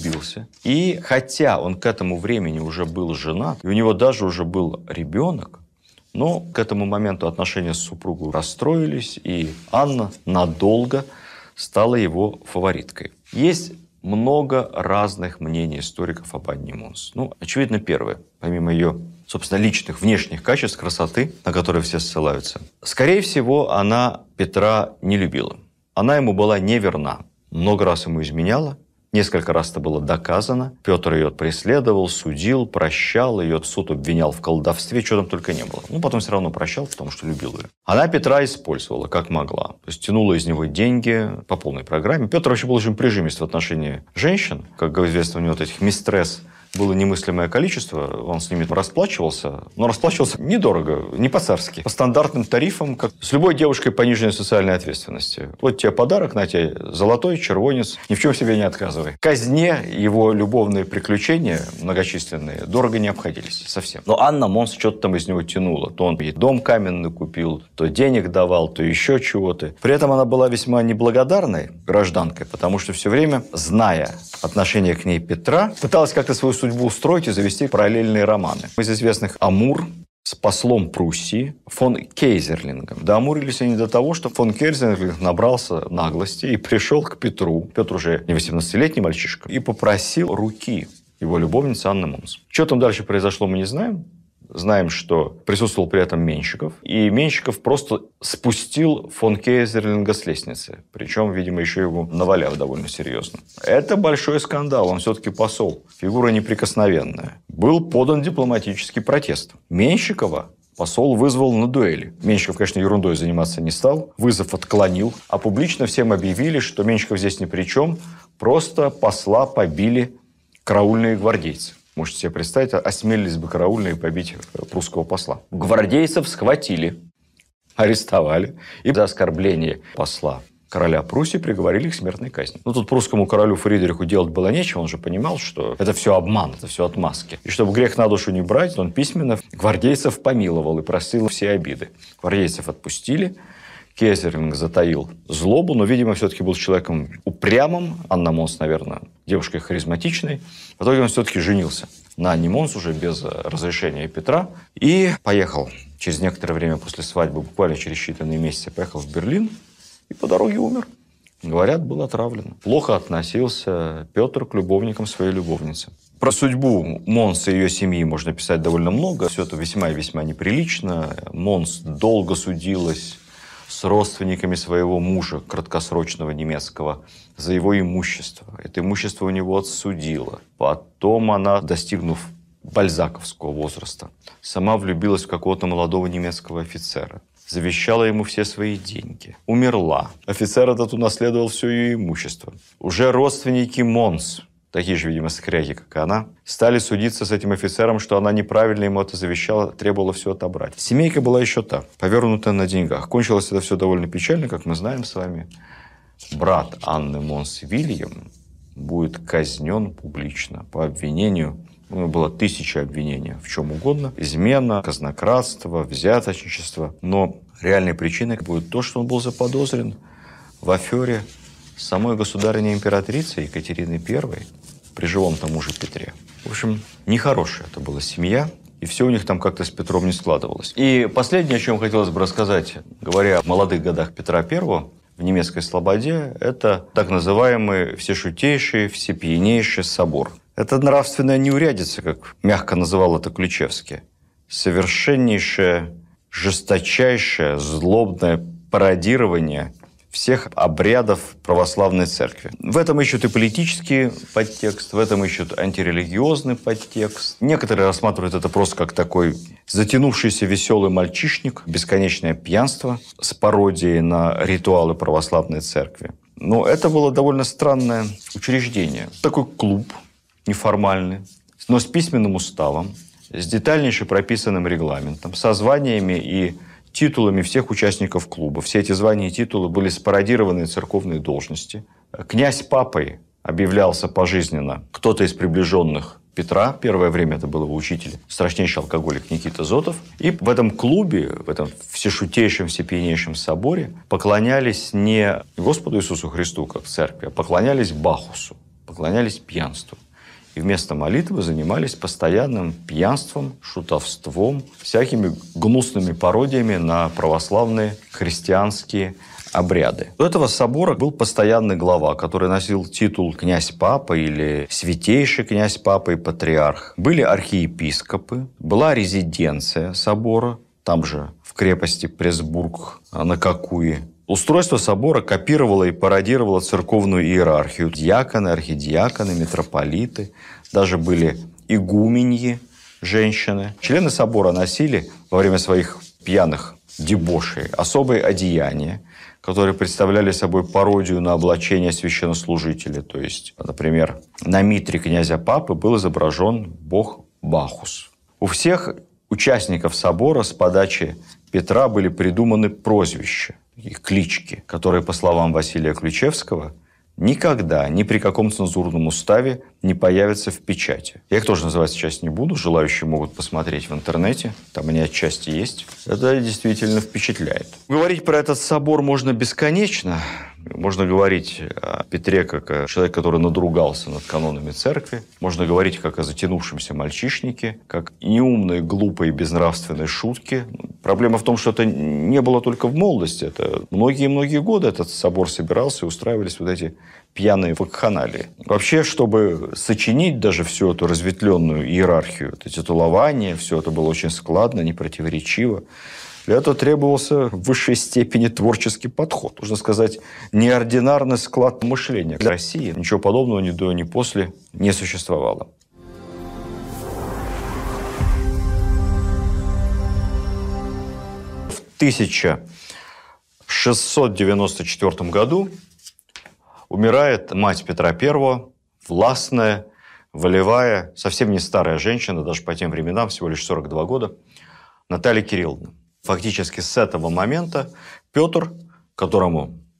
Speaker 2: И хотя он к этому времени уже был женат, и у него даже уже был ребенок, но к этому моменту отношения с супругой расстроились, и Анна надолго стала его фавориткой. Есть много разных мнений историков об Анне Монс. Очевидно, первое, помимо ее, собственно, личных внешних качеств, красоты, на которые все ссылаются, скорее всего, она Петра не любила. Она ему была неверна. Много раз ему изменяла, несколько раз это было доказано. Петр ее преследовал, судил, прощал, ее суд обвинял в колдовстве, чего там только не было. Потом все равно прощал, потому что любил ее. Она Петра использовала как могла. То есть тянула из него деньги по полной программе. Петр вообще был очень прижимист в отношении женщин. Как известно, у него этих мистресс было немыслимое количество, он с ними расплачивался, но расплачивался недорого, не по-царски, по стандартным тарифам, как с любой девушкой пониженной социальной ответственности. Вот тебе подарок, на тебе золотой, червонец, ни в чем себе не отказывай. Казне его любовные приключения многочисленные дорого не обходились совсем. Но Анна Монс что-то там из него тянула. То он ей дом каменный купил, то денег давал, то еще чего-то. При этом она была весьма неблагодарной гражданкой, потому что все время, зная отношение к ней Петра, пыталась как-то свою судьбу устроить и завести параллельные романы. Из известных Амур с послом Пруссии фон Кейзерлингом. Доамурились они до того, что фон Кейзерлинг набрался наглости и пришел к Петру. Петр уже не 18-летний мальчишка. И попросил руки его любовницы Анны Монс. Что там дальше произошло, мы не знаем. Знаем, что присутствовал при этом Меньшиков. И Меньшиков просто спустил фон Кейзерлинга с лестницы. Причем, видимо, еще его наваляв довольно серьезно. Это большой скандал. Он все-таки посол. Фигура неприкосновенная. Был подан дипломатический протест. Меньшикова посол вызвал на дуэли. Меньшиков, конечно, ерундой заниматься не стал. Вызов отклонил. А публично всем объявили, что Меньшиков здесь ни при чем. Просто посла побили караульные гвардейцы. Можете себе представить, осмелились бы караульные побить прусского посла. Гвардейцев схватили, арестовали. И за оскорбление посла короля Пруссии приговорили к смертной казни. Но тут прусскому королю Фридриху делать было нечего, он же понимал, что это все обман, это все отмазки. И чтобы грех на душу не брать, он письменно гвардейцев помиловал и простил все обиды. Гвардейцев отпустили, Кейзерлинг затаил злобу, но, видимо, все-таки был человеком упрямым. Анна Монс, наверное, девушкой харизматичной. В итоге он все-таки женился на Анне Монс уже без разрешения Петра и поехал. Через некоторое время после свадьбы, буквально через считанные месяцы, поехал в Берлин и по дороге умер. Говорят, был отравлен. Плохо относился Петр к любовникам своей любовницы. Про судьбу Монс и ее семьи можно писать довольно много. Все это весьма и весьма неприлично. Монс долго судилась с родственниками своего мужа, краткосрочного немецкого, за его имущество. Это имущество у него отсудило. Потом она, достигнув бальзаковского возраста, сама влюбилась в какого-то молодого немецкого офицера. Завещала ему все свои деньги. Умерла. Офицер этот унаследовал все ее имущество. Уже родственники Монс, такие же, видимо, скряги, как и она, стали судиться с этим офицером, что она неправильно ему это завещала, требовала все отобрать. Семейка была еще та, повернутая на деньгах. Кончилось это все довольно печально, как мы знаем с вами. Брат Анны Монс Вильям будет казнен публично по обвинению. Было 1000 обвинений в чем угодно. Измена, казнократство, взяточничество. Но реальной причиной будет то, что он был заподозрен в афере самой государыни-императрицы Екатерины I при живом тому же Петре. В общем, нехорошая это была семья, и все у них там как-то с Петром не складывалось. И последнее, о чем хотелось бы рассказать, говоря о молодых годах Петра I в немецкой слободе, это так называемый всешутейший, всепьянейший собор. Это нравственная неурядица, как мягко называл это Ключевский. Совершеннейшее, жесточайшее, злобное пародирование всех обрядов православной церкви. В этом ищут и политический подтекст, в этом ищут антирелигиозный подтекст. Некоторые рассматривают это просто как такой затянувшийся веселый мальчишник, бесконечное пьянство с пародией на ритуалы православной церкви. Но это было довольно странное учреждение. Такой клуб неформальный, но с письменным уставом, с детальнейше прописанным регламентом, со званиями и титулами всех участников клуба. Все эти звания и титулы были спародированы церковные должности. Князь папой объявлялся пожизненно кто-то из приближенных Петра. Первое время это был его учитель, страшнейший алкоголик Никита Зотов. И в этом клубе, в этом всешутейшем, всепьянейшем соборе поклонялись не Господу Иисусу Христу, как в церкви, а поклонялись Бахусу, поклонялись пьянству. И вместо молитвы занимались постоянным пьянством, шутовством, всякими гнусными пародиями на православные христианские обряды. У этого собора был постоянный глава, который носил титул князь-папа или святейший князь-папа и патриарх. Были архиепископы, была резиденция собора, там же в крепости Пресбург на Кокуе. Устройство собора копировало и пародировало церковную иерархию. Диаконы, архидиаконы, митрополиты, даже были игуменьи, женщины. Члены собора носили во время своих пьяных дебошей особые одеяния, которые представляли собой пародию на облачение священнослужителя. То есть, например, на митре князя-папы был изображен бог Бахус. У всех участников собора с подачи Петра были придуманы прозвища, их клички, которые, по словам Василия Ключевского, никогда, ни при каком цензурном уставе не появятся в печати. Я их тоже называть сейчас не буду, желающие могут посмотреть в интернете, там они отчасти есть. Это действительно впечатляет. Говорить про этот собор можно бесконечно. Можно говорить о Петре как о человеке, который надругался над канонами церкви. Можно говорить как о затянувшемся мальчишнике, как неумной, глупой, безнравственной шутке. Проблема в том, что это не было только в молодости. Это многие-многие годы этот собор собирался и устраивались вот эти пьяные вакханалии. Вообще, чтобы сочинить даже всю эту разветвленную иерархию, это титулование, все это было очень складно, непротиворечиво. Для этого требовался в высшей степени творческий подход. Нужно сказать, неординарный склад мышления. Для России ничего подобного ни до, ни после не существовало. В 1694 году умирает мать Петра I, властная, волевая, совсем не старая женщина, даже по тем временам, всего лишь 42 года, Наталья Кирилловна. Фактически с этого момента Петр, которому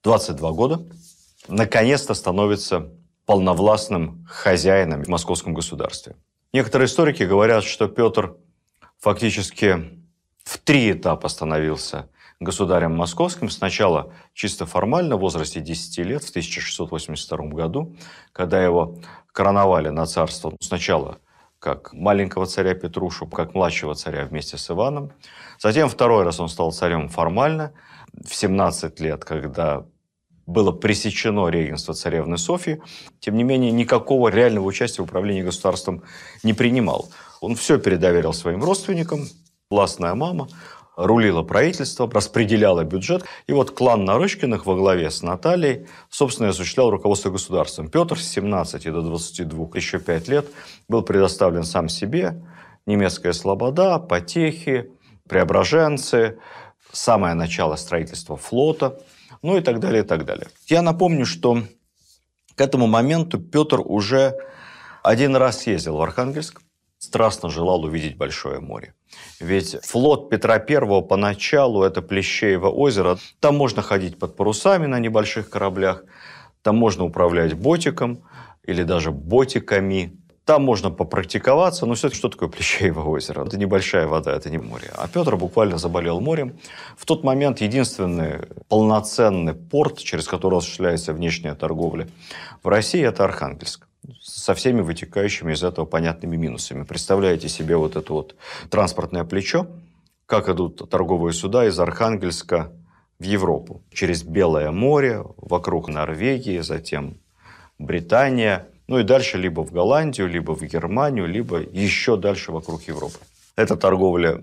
Speaker 2: 22 года, наконец-то становится полновластным хозяином в московском государстве. Некоторые историки говорят, что Петр фактически в 3 этапа становился государем московским. Сначала чисто формально, в возрасте 10 лет, в 1682 году, когда его короновали на царство сначала как маленького царя Петрушу, как младшего царя вместе с Иваном. Затем второй раз он стал царем формально, в 17 лет, когда было пресечено регенство царевны Софьи. Тем не менее, никакого реального участия в управлении государством не принимал. Он все передоверил своим родственникам. Властная мама рулила правительством, распределяла бюджет. И вот клан Нарышкиных во главе с Натальей, собственно, осуществлял руководство государством. Петр с 17 до 22, еще 5 лет, был предоставлен сам себе. Немецкая слобода, потехи, преображенцы, самое начало строительства флота, ну и так далее, и так далее. Я напомню, что к этому моменту Петр уже 1 раз съездил в Архангельск, страстно желал увидеть Большое море. Ведь флот Петра I поначалу – это Плещеево озеро. Там можно ходить под парусами на небольших кораблях, там можно управлять ботиком или даже ботиками. Там можно попрактиковаться, но все-таки что такое Плещеево озеро? Это небольшая вода, это не море. А Петр буквально заболел морем. В тот момент единственный полноценный порт, через который осуществляется внешняя торговля в России, это Архангельск. Со всеми вытекающими из этого понятными минусами. Представляете себе вот это вот транспортное плечо, как идут торговые суда из Архангельска в Европу. Через Белое море, вокруг Норвегии, затем Британия. Ну и дальше либо в Голландию, либо в Германию, либо еще дальше вокруг Европы. Эта торговля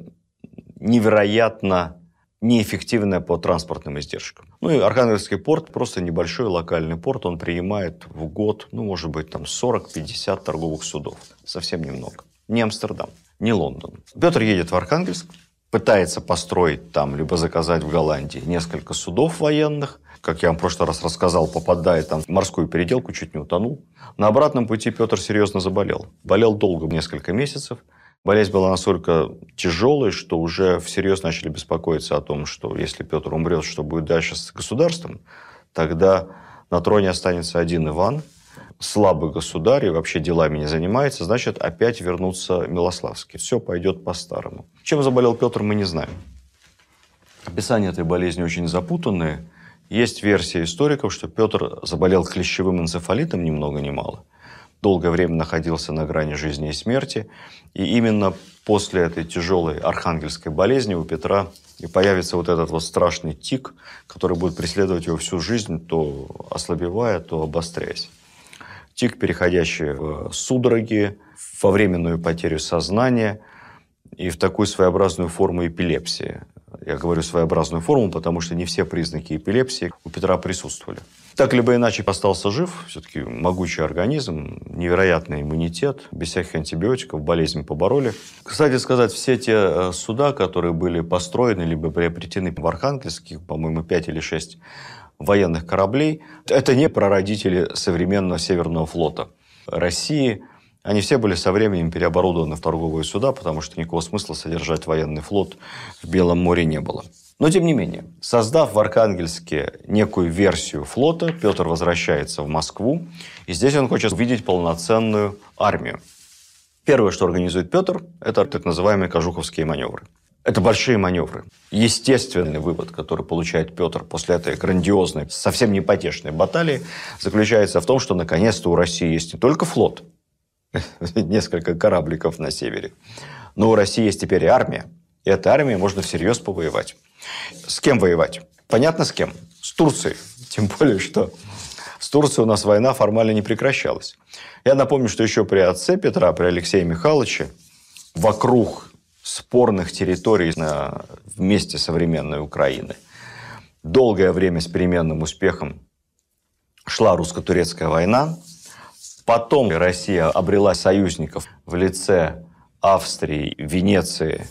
Speaker 2: невероятно неэффективная по транспортным издержкам. Ну и Архангельский порт просто небольшой локальный порт. Он принимает в год, ну, может быть, там 40-50 торговых судов. Совсем немного. Не Амстердам, не Лондон. Петр едет в Архангельск, пытается построить там, либо заказать в Голландии несколько судов военных. Как я вам в прошлый раз рассказал, попадает там в морскую переделку, чуть не утонул. На обратном пути Петр серьезно заболел. Болел долго, несколько месяцев. Болезнь была настолько тяжелой, что уже всерьез начали беспокоиться о том, что если Петр умрет, что будет дальше с государством, тогда на троне останется один Иван, слабый государь и вообще делами не занимается, значит, опять вернутся Милославские. Все пойдет по-старому. Чем заболел Петр, мы не знаем. Описание этой болезни очень запутанное. Есть версия историков, что Петр заболел клещевым энцефалитом ни много ни мало. Долгое время находился на грани жизни и смерти. И именно после этой тяжелой архангельской болезни у Петра и появится вот этот вот страшный тик, который будет преследовать его всю жизнь, то ослабевая, то обостряясь. Тик, переходящий в судороги, во временную потерю сознания и в такую своеобразную форму эпилепсии. Я говорю своеобразную форму, потому что не все признаки эпилепсии у Петра присутствовали. Так либо иначе остался жив, все-таки могучий организм, невероятный иммунитет, без всяких антибиотиков, болезнь побороли. Кстати сказать, все те суда, которые были построены либо приобретены в Архангельске, по-моему, 5 или 6 военных кораблей, это не прародители современного Северного флота России. Они все были со временем переоборудованы в торговые суда, потому что никакого смысла содержать военный флот в Белом море не было. Но, тем не менее, создав в Архангельске некую версию флота, Петр возвращается в Москву, и здесь он хочет увидеть полноценную армию. Первое, что организует Петр, это так называемые кожуховские маневры. Это большие маневры. Естественный вывод, который получает Петр после этой грандиозной, совсем не потешной баталии, заключается в том, что наконец-то у России есть не только флот, несколько корабликов на севере, но у России есть теперь и армия. И этой армией можно всерьез повоевать. С кем воевать? Понятно, с кем. С Турцией. Тем более, что с Турцией у нас война формально не прекращалась. Я напомню, что еще при отце Петра, при Алексее Михайловиче, вокруг спорных территорий в месте современной Украины долгое время с переменным успехом шла русско-турецкая война. Потом Россия обрела союзников в лице Австрии, Венеции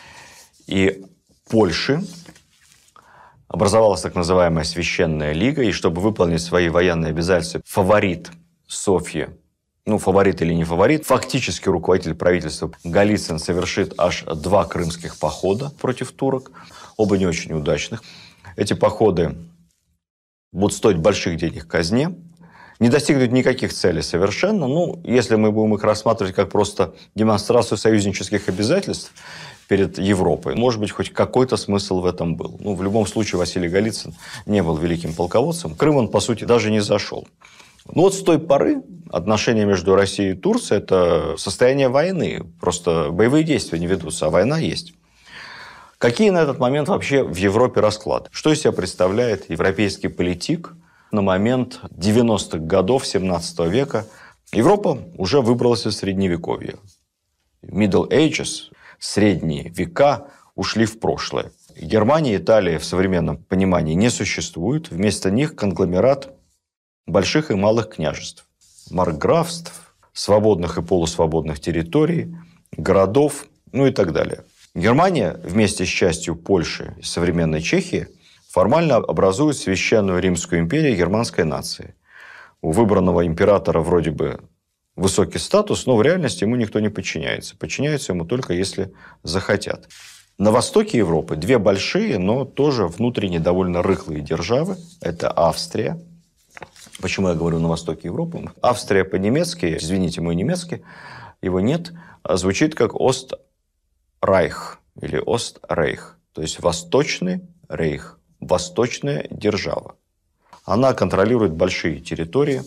Speaker 2: и Польши. Образовалась так называемая Священная Лига. И чтобы выполнить свои военные обязательства, фаворит Софьи, ну, фаворит или не фаворит, фактически руководитель правительства Голицын совершит аж 2 крымских похода против турок. Оба не очень удачных. Эти походы будут стоить больших денег казне, не достигнут никаких целей совершенно. Ну, если мы будем их рассматривать как просто демонстрацию союзнических обязательств перед Европой, может быть, хоть какой-то смысл в этом был. Ну, в любом случае, Василий Голицын не был великим полководцем. Крым он, по сути, даже не зашел. Ну, вот с той поры отношения между Россией и Турцией – это состояние войны. Просто боевые действия не ведутся, а война есть. Какие на этот момент вообще в Европе расклады? Что из себя представляет европейский политик на момент 90-х годов 17 века? Европа уже выбралась из Средневековья. Middle Ages, средние века, ушли в прошлое. Германия и Италия в современном понимании не существуют. Вместо них конгломерат больших и малых княжеств, маркграфств, свободных и полусвободных территорий, городов, ну и так далее. Германия вместе с частью Польши и современной Чехии формально образует Священную Римскую империю германской нации. У выбранного императора вроде бы высокий статус, но в реальности ему никто не подчиняется. Подчиняются ему только если захотят. На востоке Европы две большие, но тоже внутренне довольно рыхлые державы. Это Австрия. Почему я говорю на востоке Европы? Австрия по-немецки, извините, мой немецкий, его нет, звучит как Ост-Райх или Ост-Рейх, то есть Восточный Рейх, Восточная держава. Она контролирует большие территории,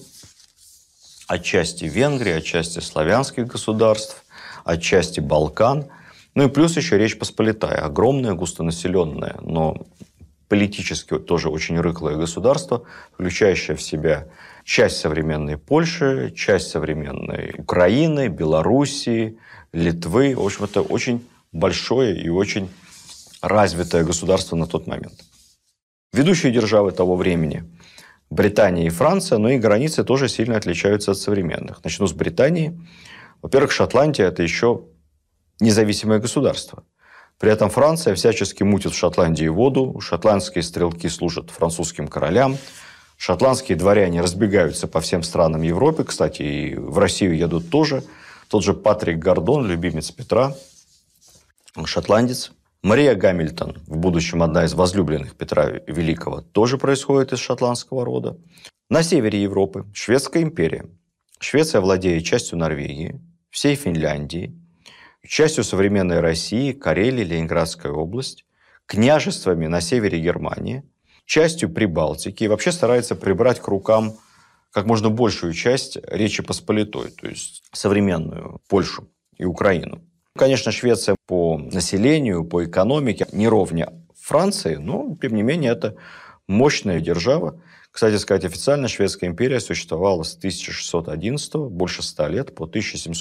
Speaker 2: отчасти Венгрии, отчасти славянских государств, отчасти Балкан, ну и плюс еще Речь Посполитая, огромное, густонаселенное, но политически тоже очень рыхлое государство, включающее в себя часть современной Польши, часть современной Украины, Белоруссии, Литвы. В общем, это очень большое и очень развитое государство на тот момент. Ведущие державы того времени – Британия и Франция, но и границы тоже сильно отличаются от современных. Начну с Британии. Во-первых, Шотландия – это еще независимое государство. При этом Франция всячески мутит в Шотландии воду, шотландские стрелки служат французским королям, шотландские дворяне разбегаются по всем странам Европы, кстати, и в Россию едут тоже. Тот же Патрик Гордон, любимец Петра, шотландец. Мария Гамильтон, в будущем одна из возлюбленных Петра Великого, тоже происходит из шотландского рода. На севере Европы Шведская империя. Швеция владеет частью Норвегии, всей Финляндии, частью современной России, Карелии, Ленинградская область, княжествами на севере Германии, частью Прибалтики и вообще старается прибрать к рукам как можно большую часть Речи Посполитой, то есть современную Польшу и Украину. Конечно, Швеция по населению, по экономике не ровня Франции, но, тем не менее, это мощная держава. Кстати сказать, официально Шведская империя существовала с 1611, больше 100 лет, по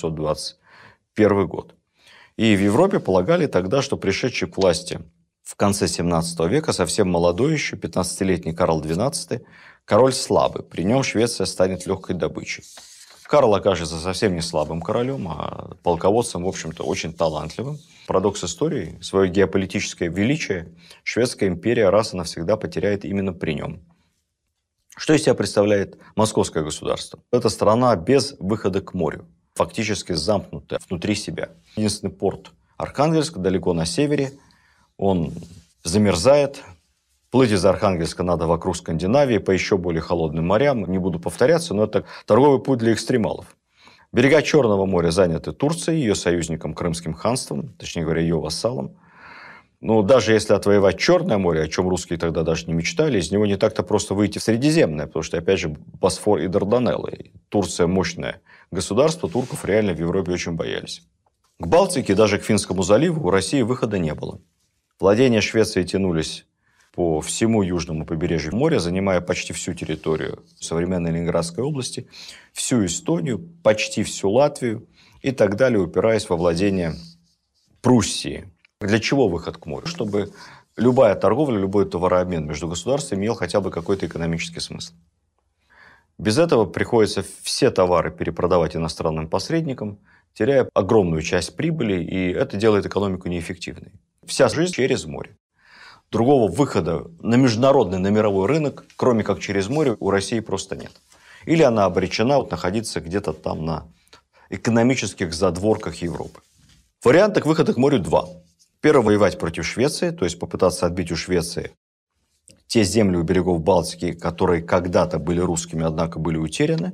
Speaker 2: 1721 год. И в Европе полагали тогда, что пришедший к власти в конце 17 века, совсем молодой еще, 15-летний Карл XII, король слабый. При нем Швеция станет легкой добычей. Карл окажется совсем не слабым королем, а полководцем, в общем-то, очень талантливым. Парадокс истории, свое геополитическое величие Шведская империя раз и навсегда потеряет именно при нем. Что из себя представляет московское государство? Это страна без выхода к морю, фактически замкнутая внутри себя. Единственный порт Архангельск далеко на севере, он замерзает. Плыть из Архангельска надо вокруг Скандинавии по еще более холодным морям. Не буду повторяться, но это торговый путь для экстремалов. Берега Черного моря заняты Турцией, ее союзником Крымским ханством, точнее говоря, ее вассалом. Но даже если отвоевать Черное море, о чем русские тогда даже не мечтали, из него не так-то просто выйти в Средиземное, потому что, опять же, Босфор и Дарданеллы. Турция мощное государство, турков реально в Европе очень боялись. К Балтике, даже к Финскому заливу у России выхода не было. Владения Швеции тянулись по всему южному побережью моря, занимая почти всю территорию современной Ленинградской области, всю Эстонию, почти всю Латвию и так далее, упираясь во владение Пруссии. Для чего выход к морю? Чтобы любая торговля, любой товарообмен между государствами имел хотя бы какой-то экономический смысл. Без этого приходится все товары перепродавать иностранным посредникам, теряя огромную часть прибыли, и это делает экономику неэффективной. Вся жизнь через море. Другого выхода на международный, на мировой рынок, кроме как через море, у России просто нет. Или она обречена находиться где-то там на экономических задворках Европы. Вариантов выхода к морю два. Первый – воевать против Швеции, то есть попытаться отбить у Швеции те земли у берегов Балтики, которые когда-то были русскими, однако были утеряны.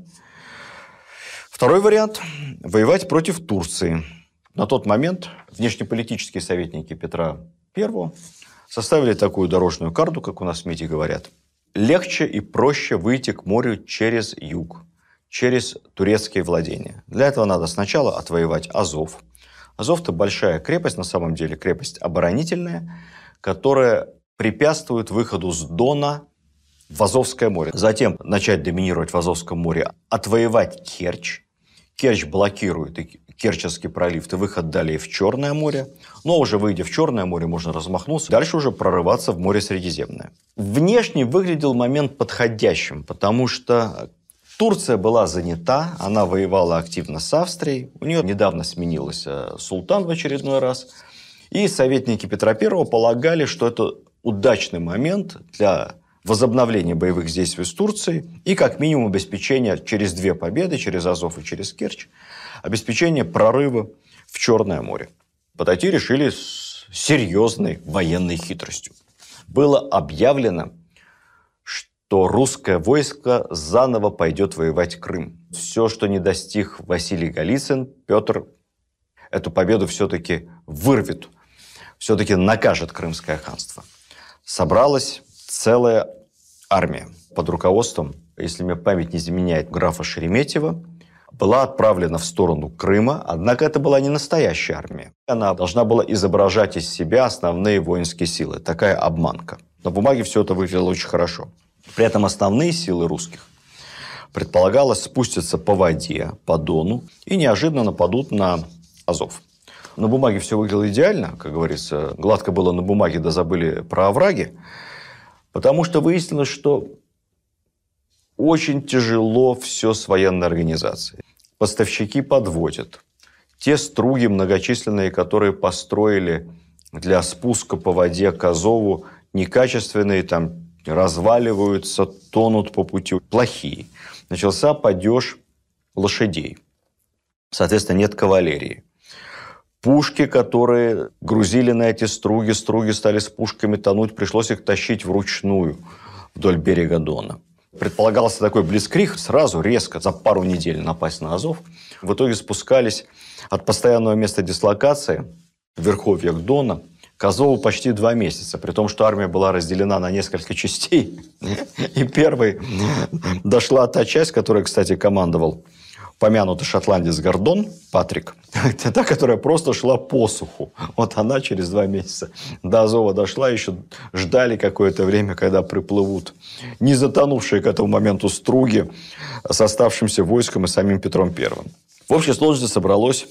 Speaker 2: Второй вариант – воевать против Турции. На тот момент внешнеполитические советники Петра I составили такую дорожную карту, как у нас в МИДе говорят. Легче и проще выйти к морю через юг, через турецкие владения. Для этого надо сначала отвоевать Азов. Азов – это большая крепость, на самом деле крепость оборонительная, которая препятствует выходу с Дона в Азовское море. Затем начать доминировать в Азовском море, отвоевать Керчь. Керчь блокирует Керченский пролив и выход далее в Черное море. Но уже выйдя в Черное море, можно размахнуться. Дальше уже прорываться в море Средиземное. Внешне выглядел момент подходящим, потому что Турция была занята, она воевала активно с Австрией. У нее недавно сменился султан в очередной раз. И советники Петра I полагали, что это удачный момент для возобновления боевых действий с Турцией и как минимум обеспечения через 2 победы, через Азов и через Керчь, обеспечения прорыва в Черное море. Подойти решили с серьезной военной хитростью. Было объявлено, что русское войско заново пойдет воевать Крым. Все, что не достиг Василий Голицын, Петр эту победу все-таки вырвет, все-таки накажет Крымское ханство. Собралась целая армия под руководством, если мне память не изменяет, графа Шереметьева, была отправлена в сторону Крыма, однако это была не настоящая армия. Она должна была изображать из себя основные воинские силы. Такая обманка. На бумаге все это выглядело очень хорошо. При этом основные силы русских предполагалось спуститься по воде, по Дону, и неожиданно нападут на Азов. На бумаге все выглядело идеально, как говорится. Гладко было на бумаге, да забыли про овраги. Потому что выяснилось, что очень тяжело все с военной организацией. Поставщики подводят. Те струги многочисленные, которые построили для спуска по воде к Азову, некачественные, там разваливаются, тонут по пути. Плохие. Начался падеж лошадей. Соответственно, нет кавалерии. Пушки, которые грузили на эти струги стали с пушками тонуть, пришлось их тащить вручную вдоль берега Дона. Предполагался такой блицкриг, сразу, резко, за пару недель напасть на Азов. В итоге спускались от постоянного места дислокации в верховьях Дона к Азову почти 2 месяца, при том, что армия была разделена на несколько частей. И первой дошла та часть, которой, кстати, командовал помянутый шотландец Гордон, Патрик, та, которая просто шла по суху. Вот она через 2 месяца до Азова дошла, еще ждали какое-то время, когда приплывут не затонувшие к этому моменту струги с оставшимся войском и самим Петром I. В общей сложности собралось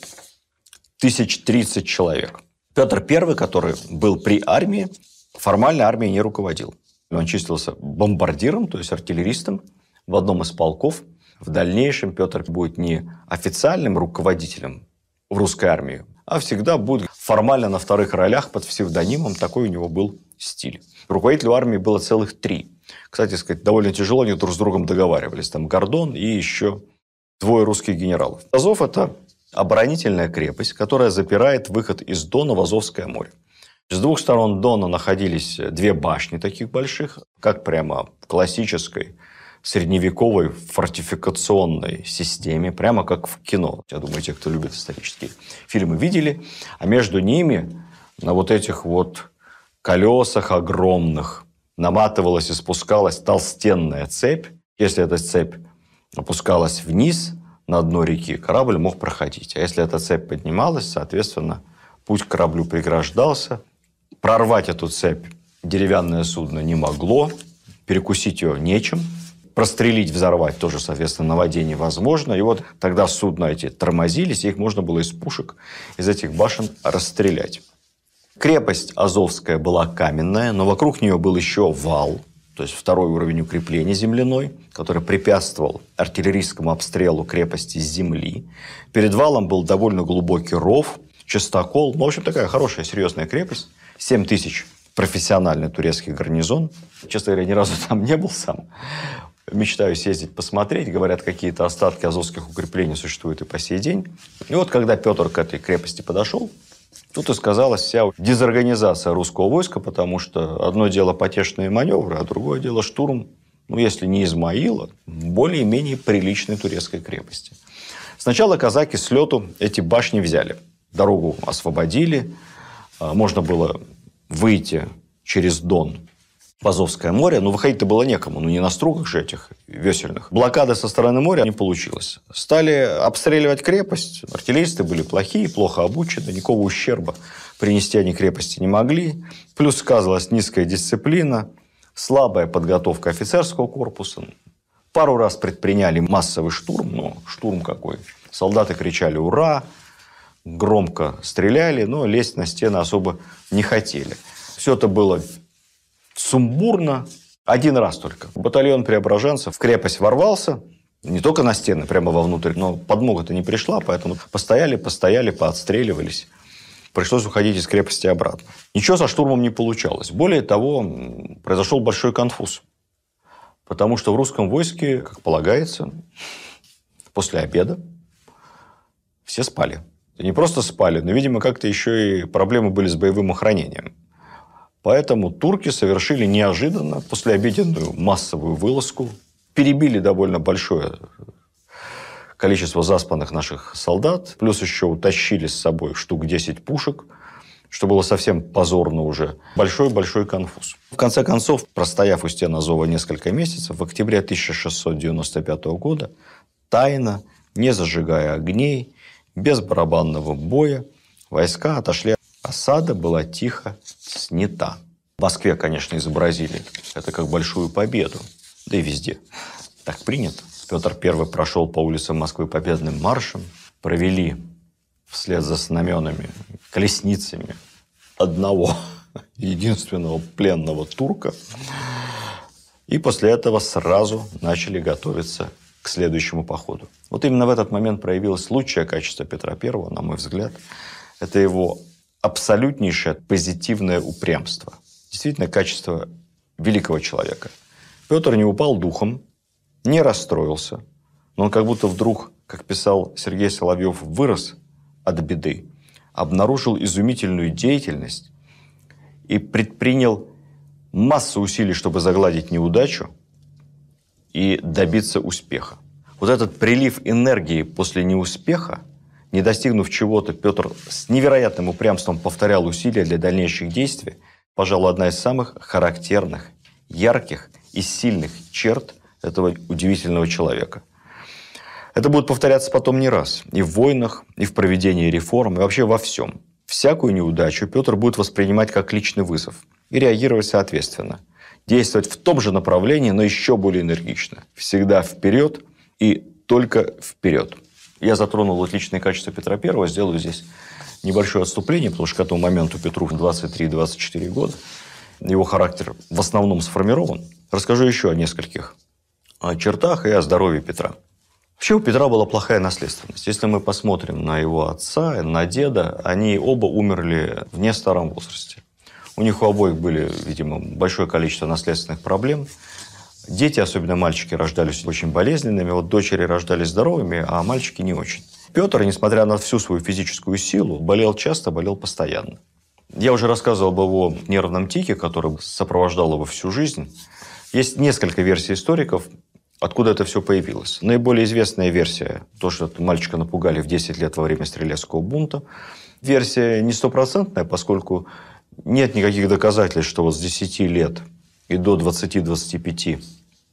Speaker 2: 1030 человек. Петр I, который был при армии, формально армией не руководил. Он числился бомбардиром, то есть артиллеристом в одном из полков. В дальнейшем Петр будет не официальным руководителем в русской армии, а всегда будет формально на вторых ролях под псевдонимом. Такой у него был стиль. Руководителю армии было целых 3. Кстати сказать, довольно тяжело они друг с другом договаривались. Там Гордон и еще 2 русских генералов. Азов – это оборонительная крепость, которая запирает выход из Дона в Азовское море. С 2 сторон Дона находились 2 башни таких больших, как прямо в классической средневековой фортификационной системе, прямо как в кино. Я думаю, те, кто любит исторические фильмы, видели. А между ними на вот этих вот колесах огромных наматывалась и спускалась толстенная цепь. Если эта цепь опускалась вниз на дно реки, корабль мог проходить. А если эта цепь поднималась, соответственно, путь к кораблю преграждался. Прорвать эту цепь деревянное судно не могло, перекусить ее нечем. Прострелить, взорвать тоже, соответственно, на воде невозможно. И вот тогда судна эти тормозились, и их можно было из пушек, из этих башен расстрелять. Крепость Азовская была каменная, но вокруг нее был еще вал, то есть 2-й уровень укрепления земляной, который препятствовал артиллерийскому обстрелу крепости с земли. Перед валом был довольно глубокий ров, частокол. Ну, в общем, такая хорошая, серьезная крепость. 7000 профессиональный турецкий гарнизон. Честно говоря, ни разу там не был сам. Мечтаю съездить посмотреть. Говорят, какие-то остатки азовских укреплений существуют и по сей день. И вот, когда Петр к этой крепости подошел, Тут и сказалась вся дезорганизация русского войска, потому что одно дело потешные маневры, а другое дело штурм, ну, если не Измаила, более-менее приличной турецкой крепости. Сначала казаки с лету эти башни взяли. Дорогу освободили. Можно было выйти через Дон в Азовское море. Но выходить-то было некому. Ну, не на стругах же этих весельных. Блокады со стороны моря не получилось. Стали обстреливать крепость. Артиллеристы были плохие, плохо обучены. Никакого ущерба принести они крепости не могли. Плюс сказывалась низкая дисциплина, слабая подготовка офицерского корпуса. Пару раз предприняли массовый штурм. Но штурм какой? Солдаты кричали «Ура!», громко стреляли, но лезть на стены особо не хотели. Все это было сумбурно. Один раз только батальон преображенцев в крепость ворвался. Не только на стены, прямо вовнутрь, но подмога-то не пришла, поэтому постояли, поотстреливались. Пришлось уходить из крепости обратно. Ничего со штурмом не получалось. Более того, произошел большой конфуз. Потому что в русском войске, как полагается, после обеда все спали. И не просто спали, но, видимо, как-то еще и проблемы были с боевым охранением. Поэтому турки совершили неожиданно послеобеденную массовую вылазку, перебили довольно большое количество заспанных наших солдат, плюс еще утащили с собой штук 10 пушек, что было совсем позорно уже. Большой-большой конфуз. В конце концов, простояв у стен Азова несколько месяцев, в октябре 1695 года тайно, не зажигая огней, без барабанного боя, войска отошли. Осада была тихо снята. В Москве, конечно, изобразили это как большую победу. Да и везде. Так принято. Петр I прошел по улицам Москвы победным маршем. Провели вслед за знаменами, колесницами одного единственного пленного турка. И после этого сразу начали готовиться к следующему походу. Вот именно в этот момент проявилось лучшее качество Петра I, на мой взгляд. Это его абсолютнейшее позитивное упрямство. Действительно, качество великого человека. Петр не упал духом, не расстроился. Но он как будто вдруг, как писал Сергей Соловьев, вырос от беды, обнаружил изумительную деятельность и предпринял массу усилий, чтобы загладить неудачу и добиться успеха. Вот этот прилив энергии после неуспеха, не достигнув чего-то, Петр с невероятным упрямством повторял усилия для дальнейших действий, пожалуй, одна из самых характерных, ярких и сильных черт этого удивительного человека. Это будет повторяться потом не раз. И в войнах, и в проведении реформ, и вообще во всем. Всякую неудачу Петр будет воспринимать как личный вызов и реагировать соответственно. Действовать в том же направлении, но еще более энергично. Всегда вперед и только вперед. Я затронул вот личные качества Петра I, сделаю здесь небольшое отступление, потому что к этому моменту Петру 23-24 года. Его характер в основном сформирован. Расскажу еще о нескольких чертах и о здоровье Петра. Вообще у Петра была плохая наследственность. Если мы посмотрим на его отца, на деда, они оба умерли в не старом возрасте. У них у обоих были, видимо, большое количество наследственных проблем. Дети, особенно мальчики, рождались очень болезненными. Вот дочери рождались здоровыми, а мальчики не очень. Петр, несмотря на всю свою физическую силу, болел часто, болел постоянно. Я уже рассказывал об его нервном тике, который сопровождал его всю жизнь. Есть несколько версий историков, откуда это все появилось. Наиболее известная версия – то, что мальчика напугали в 10 лет во время Стрелецкого бунта. Версия не стопроцентная, поскольку нет никаких доказательств, что вот с 10 лет и до 20-25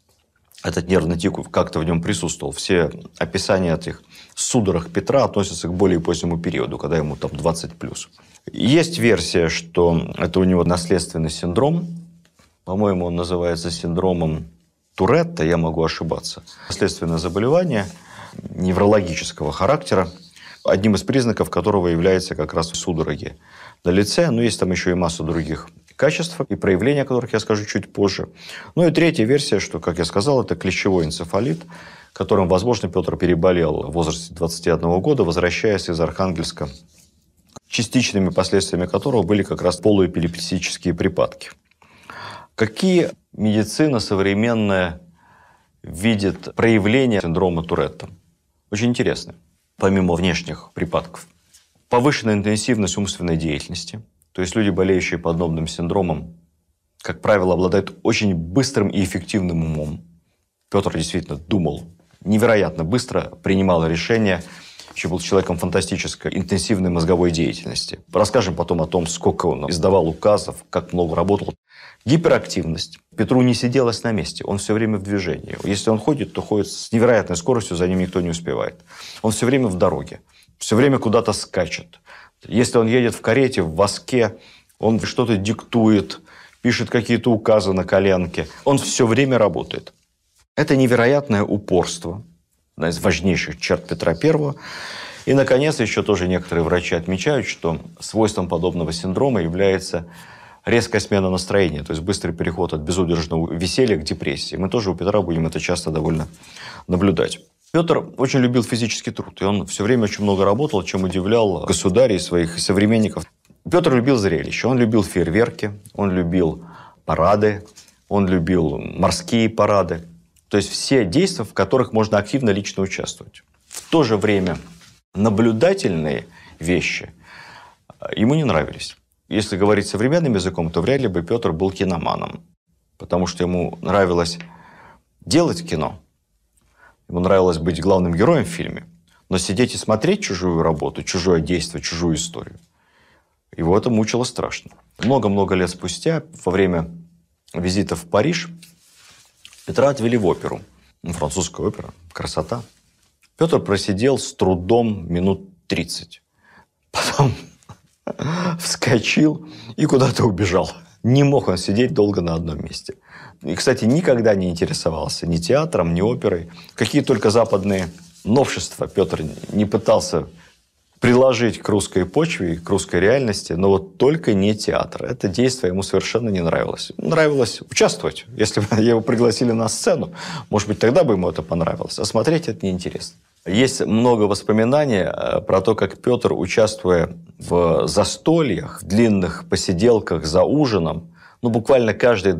Speaker 2: этот нервный тик как-то в нем присутствовал. Все описания этих судорог Петра относятся к более позднему периоду, когда ему там 20+. Есть версия, что это у него наследственный синдром. По-моему, он называется синдромом Туретта, я могу ошибаться. Наследственное заболевание неврологического характера, одним из признаков которого является как раз судороги на лице. Но есть там еще и масса других качеств и проявления, о которых я скажу чуть позже. Ну и третья версия, что, как я сказал, это клещевой энцефалит, которым, возможно, Петр переболел в возрасте 21 года, возвращаясь из Архангельска, частичными последствиями которого были как раз полуэпилептические припадки. Какие медицина современная видит проявления синдрома Туретта? Очень интересно. Помимо внешних припадков. повышенная интенсивность умственной деятельности. То есть люди, болеющие подобным синдромом, как правило, обладают очень быстрым и эффективным умом. Петр действительно думал невероятно быстро, принимал решения, еще был человеком фантастической интенсивной мозговой деятельности. Расскажем потом о том, сколько он издавал указов, как много работал. Гиперактивность. Петру не сиделось на месте, он все время в движении. Если он ходит, то ходит с невероятной скоростью, за ним никто не успевает. Он все время в дороге, все время куда-то скачет. Если он едет в карете, в воске, он что-то диктует, пишет какие-то указы на коленке. Он все время работает. Это невероятное упорство, одна из важнейших черт Петра I. И, наконец, еще тоже некоторые врачи отмечают, что свойством подобного синдрома является резкая смена настроения, то есть быстрый переход от безудержного веселья к депрессии. Мы тоже у Петра будем это часто довольно наблюдать. Петр очень любил физический труд, и он все время очень много работал, чем удивлял государей своих и современников. Петр любил зрелище, он любил фейерверки, он любил парады, он любил морские парады. То есть все действия, в которых можно активно лично участвовать. В то же время наблюдательные вещи ему не нравились. Если говорить современным языком, то вряд ли бы Петр был киноманом. Потому что ему нравилось делать кино. Ему нравилось быть главным героем в фильме. Но сидеть и смотреть чужую работу, чужое действие, чужую историю, его это мучило страшно. Много-много лет спустя, во время визита в Париж, Петра отвели в оперу. Французская опера. Красота. Петр просидел с трудом минут 30. Потом вскочил и куда-то убежал. Не мог он сидеть долго на одном месте. И, кстати, никогда не интересовался ни театром, ни оперой. Какие только западные новшества Петр не пытался приложить к русской почве, к русской реальности, но вот только не театр. Это действие ему совершенно не нравилось. Нравилось участвовать. Если бы его пригласили на сцену, может быть, тогда бы ему это понравилось. А смотреть это неинтересно. Есть много воспоминаний про то, как Петр, участвуя в застольях, в длинных посиделках за ужином, буквально каждые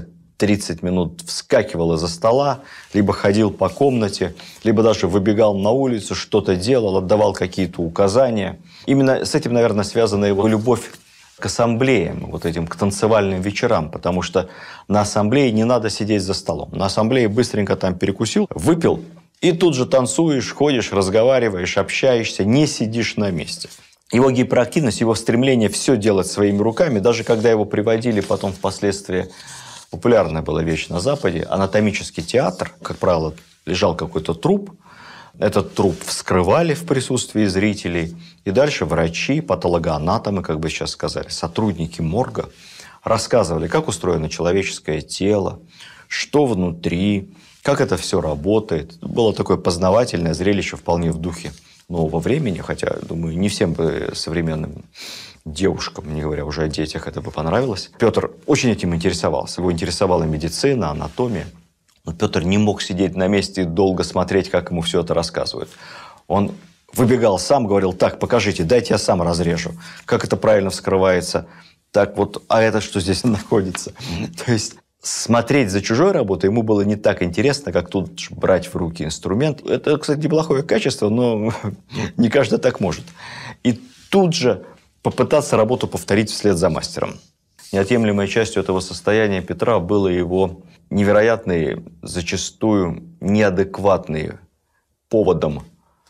Speaker 2: 20-30 минут вскакивал из-за стола, либо ходил по комнате, либо даже выбегал на улицу, что-то делал, отдавал какие-то указания. Именно с этим, наверное, связана его любовь к ассамблеям, вот этим к танцевальным вечерам, потому что на ассамблее не надо сидеть за столом. На ассамблее быстренько там перекусил, выпил, и тут же танцуешь, ходишь, разговариваешь, общаешься, не сидишь на месте. Его гиперактивность, его стремление все делать своими руками, даже когда его приводили потом впоследствии, популярная была вещь на Западе, анатомический театр, как правило, лежал какой-то труп, этот труп вскрывали в присутствии зрителей, и дальше врачи, патологоанатомы, как бы сейчас сказали, сотрудники морга рассказывали, как устроено человеческое тело, что внутри, как это все работает. Было такое познавательное зрелище вполне в духе нового времени, хотя, думаю, не всем бы современным девушкам, не говоря уже о детях, это бы понравилось. Петр очень этим интересовался. Его интересовала медицина, анатомия. Но Петр не мог сидеть на месте и долго смотреть, как ему все это рассказывают. Он выбегал сам, говорил: так, покажите, дайте я сам разрежу. Как это правильно вскрывается. Так вот, а это что здесь находится? То есть смотреть за чужой работой ему было не так интересно, как тут брать в руки инструмент. Это, кстати, неплохое качество, но не каждый так может. И тут же попытаться работу повторить вслед за мастером. Неотъемлемой частью этого состояния Петра было его невероятные, зачастую неадекватные поводом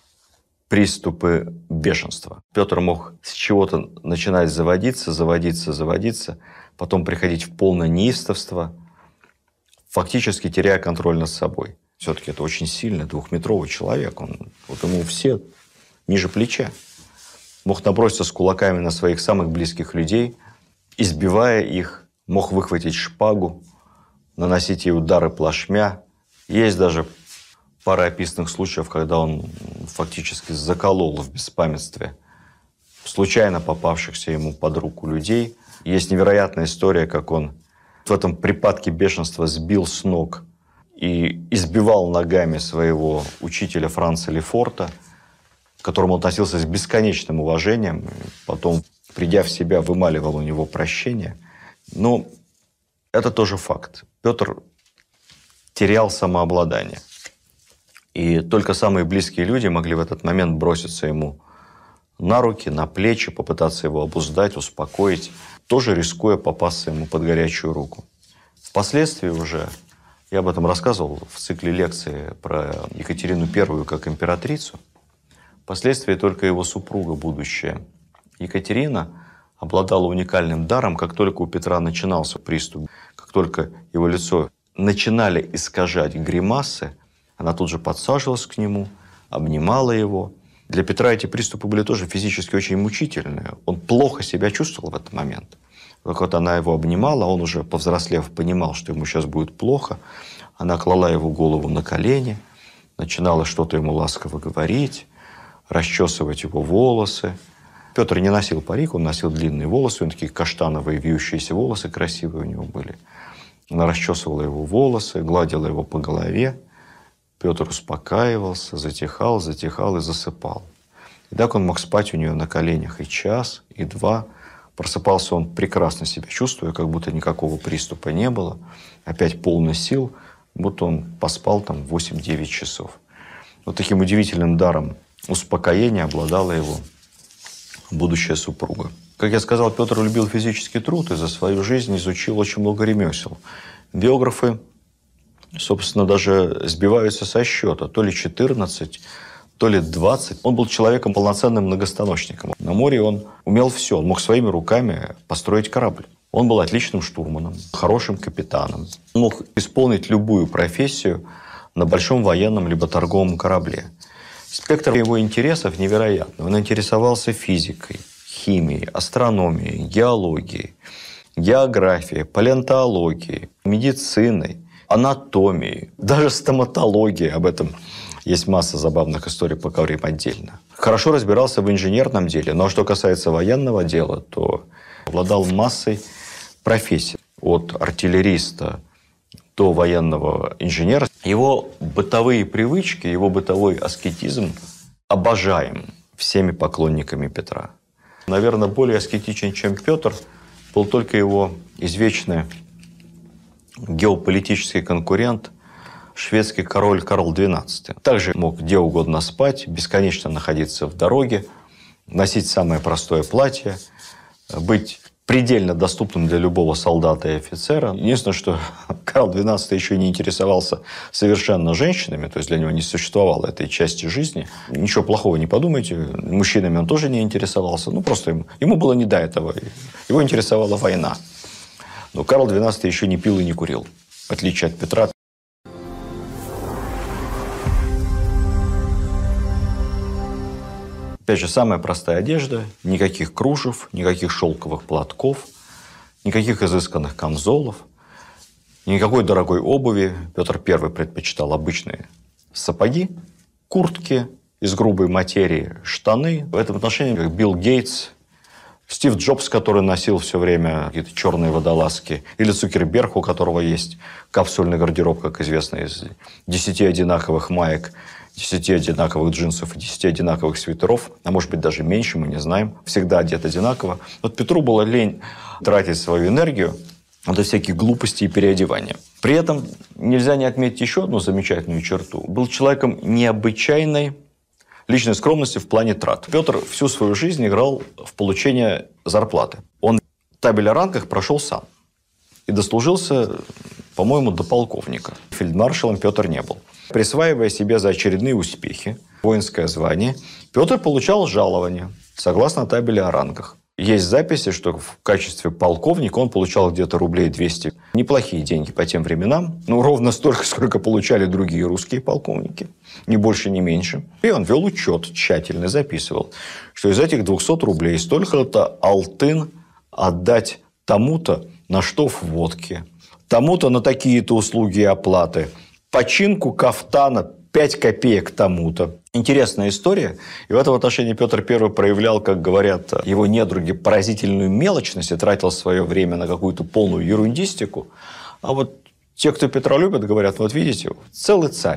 Speaker 2: приступы бешенства. Петр мог с чего-то начинать заводиться, потом приходить в полное неистовство, фактически теряя контроль над собой. Все-таки это очень сильный, двухметровый человек. Вот ему все ниже плеча. Мог наброситься с кулаками на своих самых близких людей, избивая их, мог выхватить шпагу, наносить ей удары плашмя. Есть даже пара описанных случаев, когда он фактически заколол в беспамятстве случайно попавшихся ему под руку людей. Есть невероятная история, как он в этом припадке бешенства сбил с ног и избивал ногами своего учителя Франца Лефорта, к которому он относился с бесконечным уважением. Потом, придя в себя, вымаливал у него прощение. Но это тоже факт. Петр терял самообладание. И только самые близкие люди могли в этот момент броситься ему на руки, на плечи, попытаться его обуздать, успокоить, тоже рискуя попасться ему под горячую руку. Впоследствии уже, я об этом рассказывал в цикле лекций про Екатерину I как императрицу, впоследствии только его супруга, будущая Екатерина, обладала уникальным даром. Как только у Петра начинался приступ, как только его лицо начинали искажать гримасы, она тут же подсаживалась к нему, обнимала его. Для Петра эти приступы были тоже физически очень мучительные. Он плохо себя чувствовал в этот момент. Как вот она его обнимала, он уже, повзрослев, понимал, что ему сейчас будет плохо. Она клала его голову на колени, начинала что-то ему ласково говорить, расчесывать его волосы. Петр не носил парик, он носил длинные волосы, у него такие каштановые вьющиеся волосы красивые у него были. Она расчесывала его волосы, гладила его по голове. Петр успокаивался, затихал и засыпал. И так он мог спать у нее на коленях и час, и два. Просыпался он прекрасно себя чувствуя, как будто никакого приступа не было. Опять полный сил, будто он поспал там 8-9 часов. Вот таким удивительным даром успокоения обладала его будущая супруга. Как я сказал, Петр любил физический труд и за свою жизнь изучил очень много ремесел. Биографы, собственно, даже сбиваются со счета. То ли 14, то ли 20. Он был человеком полноценным многостаночником. На море он умел все. Он мог своими руками построить корабль. Он был отличным штурманом, хорошим капитаном. Он мог исполнить любую профессию на большом военном либо торговом корабле. Спектр его интересов невероятный. Он интересовался физикой, химией, астрономией, геологией, географией, палеонтологией, медициной, анатомией, даже стоматологией. Об этом есть масса забавных историй, поговорим отдельно. Хорошо разбирался в инженерном деле, но что касается военного дела, то обладал массой профессий. От артиллериста до военного инженера. Его бытовые привычки, его бытовой аскетизм обожаем всеми поклонниками Петра. Наверное, более аскетичен, чем Петр, был только его извечный геополитический конкурент, шведский король Карл XII. Также мог где угодно спать, бесконечно находиться в дороге, носить самое простое платье, быть предельно доступным для любого солдата и офицера. Единственное, что Карл XII еще не интересовался совершенно женщинами, то есть для него не существовало этой части жизни. Ничего плохого не подумайте, мужчинами он тоже не интересовался, просто ему было не до этого. Его интересовала война. Но Карл XII еще не пил и не курил, в отличие от Петра. Опять же, самая простая одежда, никаких кружев, никаких шелковых платков, никаких изысканных камзолов, никакой дорогой обуви. Петр I предпочитал обычные сапоги, куртки из грубой материи, штаны. В этом отношении как Билл Гейтс, Стив Джобс, который носил все время какие-то черные водолазки, или Цукерберг, у которого есть капсульный гардероб, как известно, из 10 одинаковых маек, 10 одинаковых джинсов и 10 одинаковых свитеров, а может быть даже меньше, мы не знаем, всегда одет одинаково. Вот Петру было лень тратить свою энергию на всякие глупости и переодевания. При этом нельзя не отметить еще одну замечательную черту. Был человеком необычайной личной скромности в плане трат. Петр всю свою жизнь играл в получение зарплаты. Он табель о рангах прошел сам и дослужился, по-моему, до полковника. Фельдмаршалом Петр не был. Присваивая себе за очередные успехи воинское звание, Петр получал жалование, согласно табели о рангах. Есть записи, что в качестве полковника он получал где-то рублей 200. Неплохие деньги по тем временам. Ровно столько, сколько получали другие русские полковники. Ни больше, ни меньше. И он вел учет, тщательно записывал, что из этих 200 рублей столько-то алтын отдать тому-то на штоф водки, тому-то на такие-то услуги и оплаты, починку кафтана 5 копеек тому-то. Интересная история. И в этом отношении Петр I проявлял, как говорят его недруги, поразительную мелочность и тратил свое время на какую-то полную ерундистику. А вот те, кто Петра любят, говорят, вот видите, целый царь,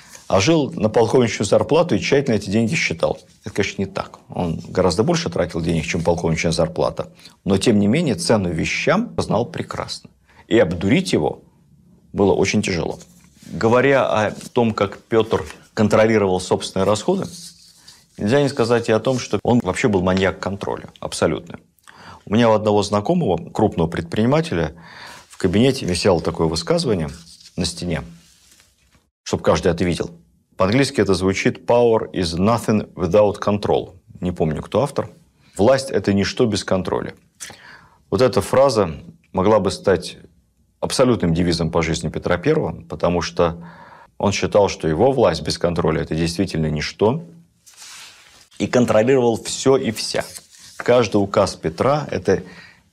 Speaker 2: а жил на полковничью зарплату и тщательно эти деньги считал. Это, конечно, не так. Он гораздо больше тратил денег, чем полковничья зарплата. Но, тем не менее, цену вещам знал прекрасно. И обдурить его было очень тяжело. Говоря о том, как Петр контролировал собственные расходы, Нельзя не сказать и о том, что он вообще был маньяк контроля, абсолютно. У меня у одного знакомого, крупного предпринимателя, в кабинете висело такое высказывание на стене, чтобы каждый это видел. По-английски это звучит «Power is nothing without control». Не помню, кто автор. «Власть – это ничто без контроля». Вот эта фраза могла бы стать абсолютным девизом по жизни Петра I, потому что он считал, что его власть без контроля – это действительно ничто, и контролировал все и вся. Каждый указ Петра – это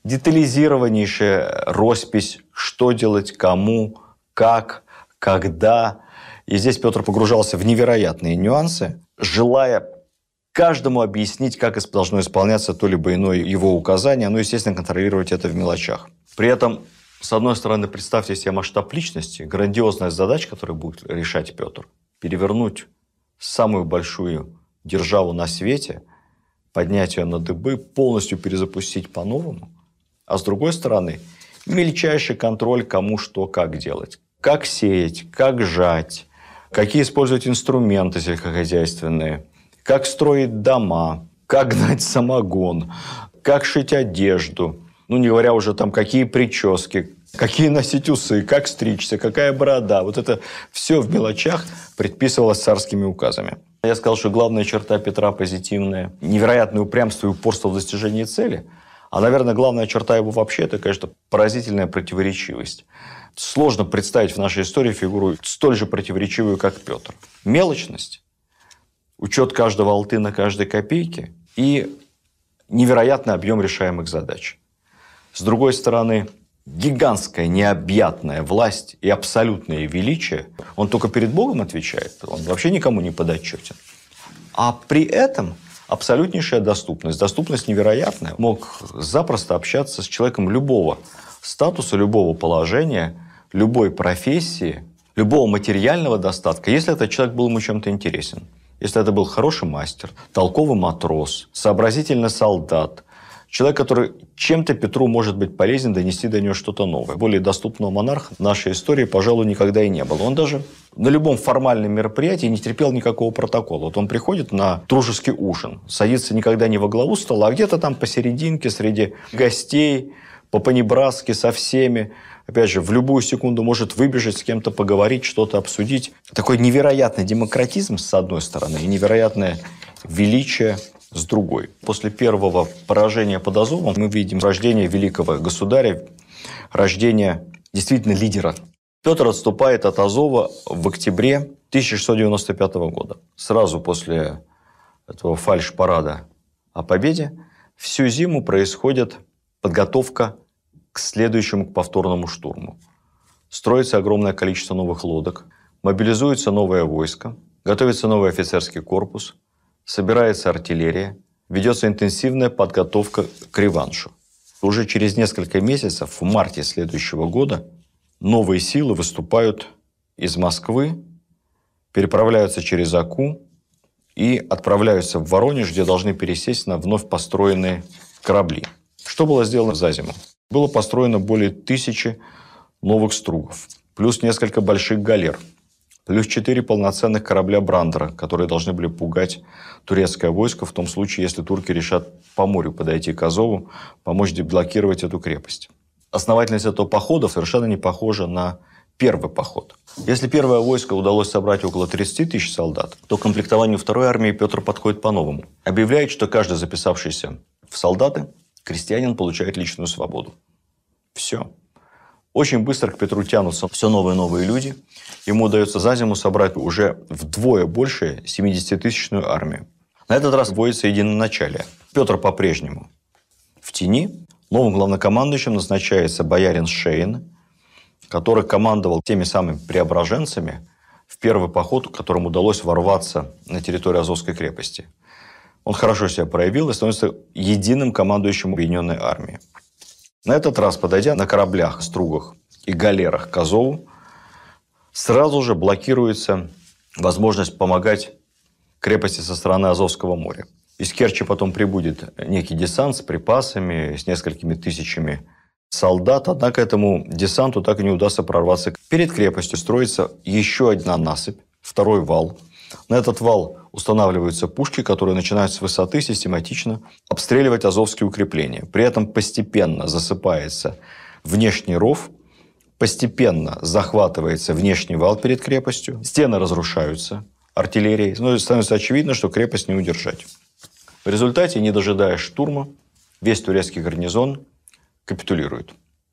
Speaker 2: детализированнейшая роспись, что делать, кому, как, когда. И здесь Петр погружался в невероятные нюансы, желая каждому объяснить, как должно исполняться то либо иное его указание, но, естественно, контролировать это в мелочах. При этом, с одной стороны, представьте себе масштаб личности, грандиозная задача, которую будет решать Петр, перевернуть самую большую державу на свете, поднять ее на дыбы, полностью перезапустить по-новому. А с другой стороны, мельчайший контроль, кому что, как делать. Как сеять, как жать, какие использовать инструменты сельскохозяйственные, как строить дома, как гнать самогон, как шить одежду. Ну, не говоря уже там, какие прически, какие носить усы, как стричься, какая борода. Вот это все в мелочах предписывалось царскими указами. Я сказал, что главная черта Петра позитивная, невероятное упрямство и упорство в достижении цели. А, наверное, главная черта его вообще – это, конечно, поразительная противоречивость. Сложно представить в нашей истории фигуру столь же противоречивую, как Петр. Мелочность, учет каждого алтына, каждой копейки и невероятный объем решаемых задач. С другой стороны, гигантская, необъятная власть и абсолютное величие. Он только перед Богом отвечает, он вообще никому не подотчетен. А при этом абсолютнейшая доступность, доступность невероятная. Мог запросто общаться с человеком любого статуса, любого положения, любой профессии, любого материального достатка, если этот человек был ему чем-то интересен. Если это был хороший мастер, толковый матрос, сообразительный солдат, человек, который чем-то Петру может быть полезен, донести до него что-то новое. Более доступного монарха в нашей истории, пожалуй, никогда и не было. Он даже на любом формальном мероприятии не терпел никакого протокола. Вот он приходит на дружеский ужин, садится никогда не во главу стола, а где-то там посерединке среди гостей, по-понебратски со всеми. Опять же, в любую секунду может выбежать, с кем-то поговорить, что-то обсудить. Такой невероятный демократизм с одной стороны и невероятное величие с другой. После первого поражения под Азовом мы видим рождение великого государя, рождение действительно лидера. Петр отступает от Азова в октябре 1695 года. Сразу после этого фальш-парада о победе всю зиму происходит подготовка к следующему, к повторному штурму. Строится огромное количество новых лодок, мобилизуется новое войско, готовится новый офицерский корпус, собирается артиллерия, ведется интенсивная подготовка к реваншу. Уже через несколько месяцев, в марте следующего года, новые силы выступают из Москвы, переправляются через Оку и отправляются в Воронеж, где должны пересесть на вновь построенные корабли. Что было сделано за зиму? Было построено более 1000 новых стругов, плюс несколько больших галер, плюс 4 полноценных корабля Брандера, которые должны были пугать турецкое войско в том случае, если турки решат по морю подойти к Азову, помочь деблокировать эту крепость. Основательность этого похода совершенно не похожа на первый поход. Если первое войско удалось собрать около 30 тысяч солдат, то к комплектованию второй армии Петр подходит по-новому. Объявляет, что каждый записавшийся в солдаты крестьянин получает личную свободу. Все. Очень быстро к Петру тянутся все новые и новые люди. Ему удается за зиму собрать уже вдвое больше 70-тысячную армию. На этот раз вводится единоначалие. Петр по-прежнему в тени. Новым главнокомандующим назначается боярин Шейн, который командовал теми самыми преображенцами в первый поход, которому удалось ворваться на территорию Азовской крепости. Он хорошо себя проявил и становится единым командующим объединенной армии. На этот раз, подойдя на кораблях, стругах и галерах к Азову, сразу же блокируется возможность помогать крепости со стороны Азовского моря. Из Керчи потом прибудет некий десант с припасами, с несколькими тысячами солдат, однако этому десанту так и не удастся прорваться. Перед крепостью строится еще одна насыпь, второй вал. На этот вал устанавливаются пушки, которые начинают с высоты систематично обстреливать азовские укрепления. При этом постепенно засыпается внешний ров, постепенно захватывается внешний вал перед крепостью, стены разрушаются артиллерией, но становится очевидно, что крепость не удержать. В результате, не дожидаясь штурма, весь турецкий гарнизон капитулирует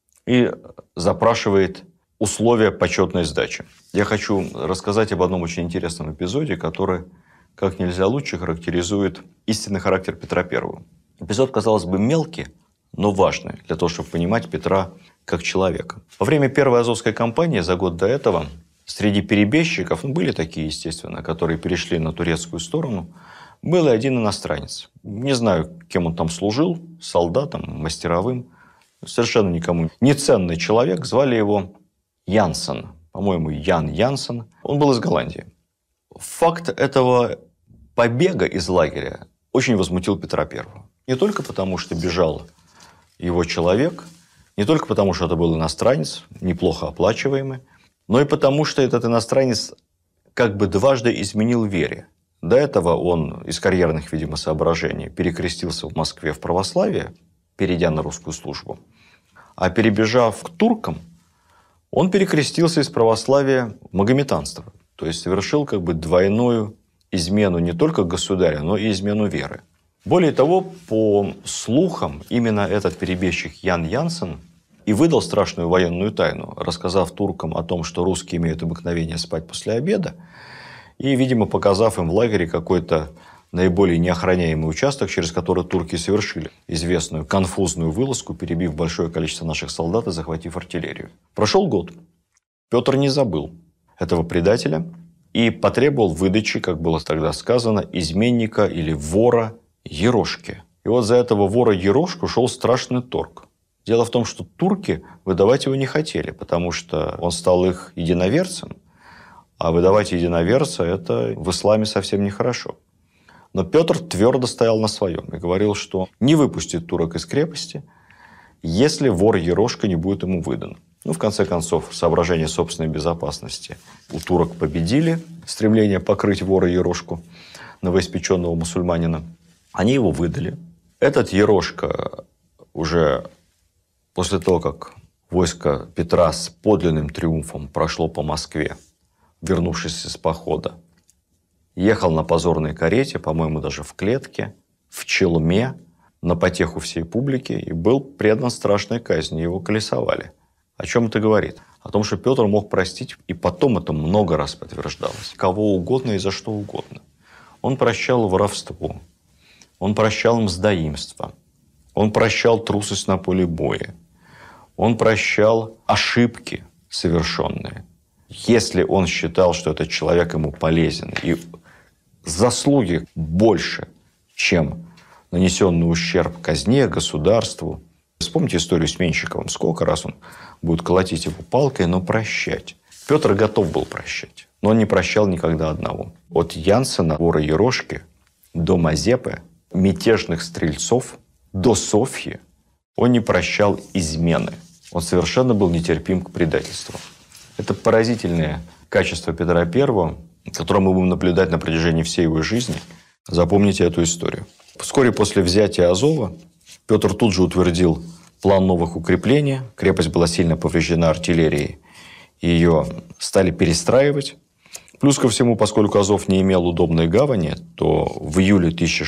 Speaker 2: и запрашивает условия почетной сдачи. Я хочу рассказать об одном очень интересном эпизоде, который как нельзя лучше характеризует истинный характер Петра I. Эпизод, казалось бы, мелкий, но важный для того, чтобы понимать Петра как человека. Во время первой Азовской кампании, за год до этого, среди перебежчиков, были такие, естественно, которые перешли на турецкую сторону, был и один иностранец. Не знаю, кем он там служил, солдатом, мастеровым, совершенно никому не ценный человек, звали его Янсен, по-моему, Ян Янсен. Он был из Голландии. Факт этого побега из лагеря очень возмутил Петра I. Не только потому, что бежал его человек, не только потому, что это был иностранец, неплохо оплачиваемый, но и потому, что этот иностранец как бы дважды изменил вере. До этого он из карьерных, видимо, соображений перекрестился в Москве в православие, перейдя на русскую службу. А перебежав к туркам, он перекрестился из православия в магометанство. То есть совершил как бы двойную измену не только государя, но и измену веры. Более того, по слухам, именно этот перебежчик Ян Янсен и выдал страшную военную тайну, рассказав туркам о том, что русские имеют обыкновение спать после обеда, и, видимо, показав им в лагере какой-то наиболее неохраняемый участок, через который турки совершили известную конфузную вылазку, перебив большое количество наших солдат и захватив артиллерию. Прошел год. Петр не забыл этого предателя и потребовал выдачи, как было тогда сказано, изменника или вора Ерошки. И вот за этого вора Ерошку шел страшный торг. Дело в том, что турки выдавать его не хотели, потому что он стал их единоверцем, а выдавать единоверца – это в исламе совсем нехорошо. Но Петр твердо стоял на своем и говорил, что не выпустит турок из крепости, если вор Ерошка не будет ему выдан. В конце концов, соображения собственной безопасности у турок победили, стремление покрыть вора Ерошку, новоиспеченного мусульманина. Они его выдали. Этот Ерошка уже после того, как войско Петра с подлинным триумфом прошло по Москве, вернувшись из похода, ехал на позорной карете, по-моему, даже в клетке, в челме, на потеху всей публики, и был предан страшной казни, его колесовали. О чем это говорит? О том, что Петр мог простить, и потом это много раз подтверждалось, кого угодно и за что угодно. Он прощал воровство, он прощал мздоимство, он прощал трусость на поле боя, он прощал ошибки совершенные. Если он считал, что этот человек ему полезен, и заслуги больше, чем нанесенный ущерб казне, государству. Вспомните историю с Меньшиковым. Сколько раз он будет колотить его палкой, но прощать. Петр готов был прощать, но он не прощал никогда одного. От Янсена, вора Ерошки, до Мазепы, мятежных стрельцов, до Софьи он не прощал измены. Он совершенно был нетерпим к предательству. Это поразительное качество Петра I, которое мы будем наблюдать на протяжении всей его жизни. Запомните эту историю. Вскоре после взятия Азова Петр тут же утвердил план новых укреплений. Крепость была сильно повреждена артиллерией. Ее стали перестраивать. Плюс ко всему, поскольку Азов не имел удобной гавани, то в июле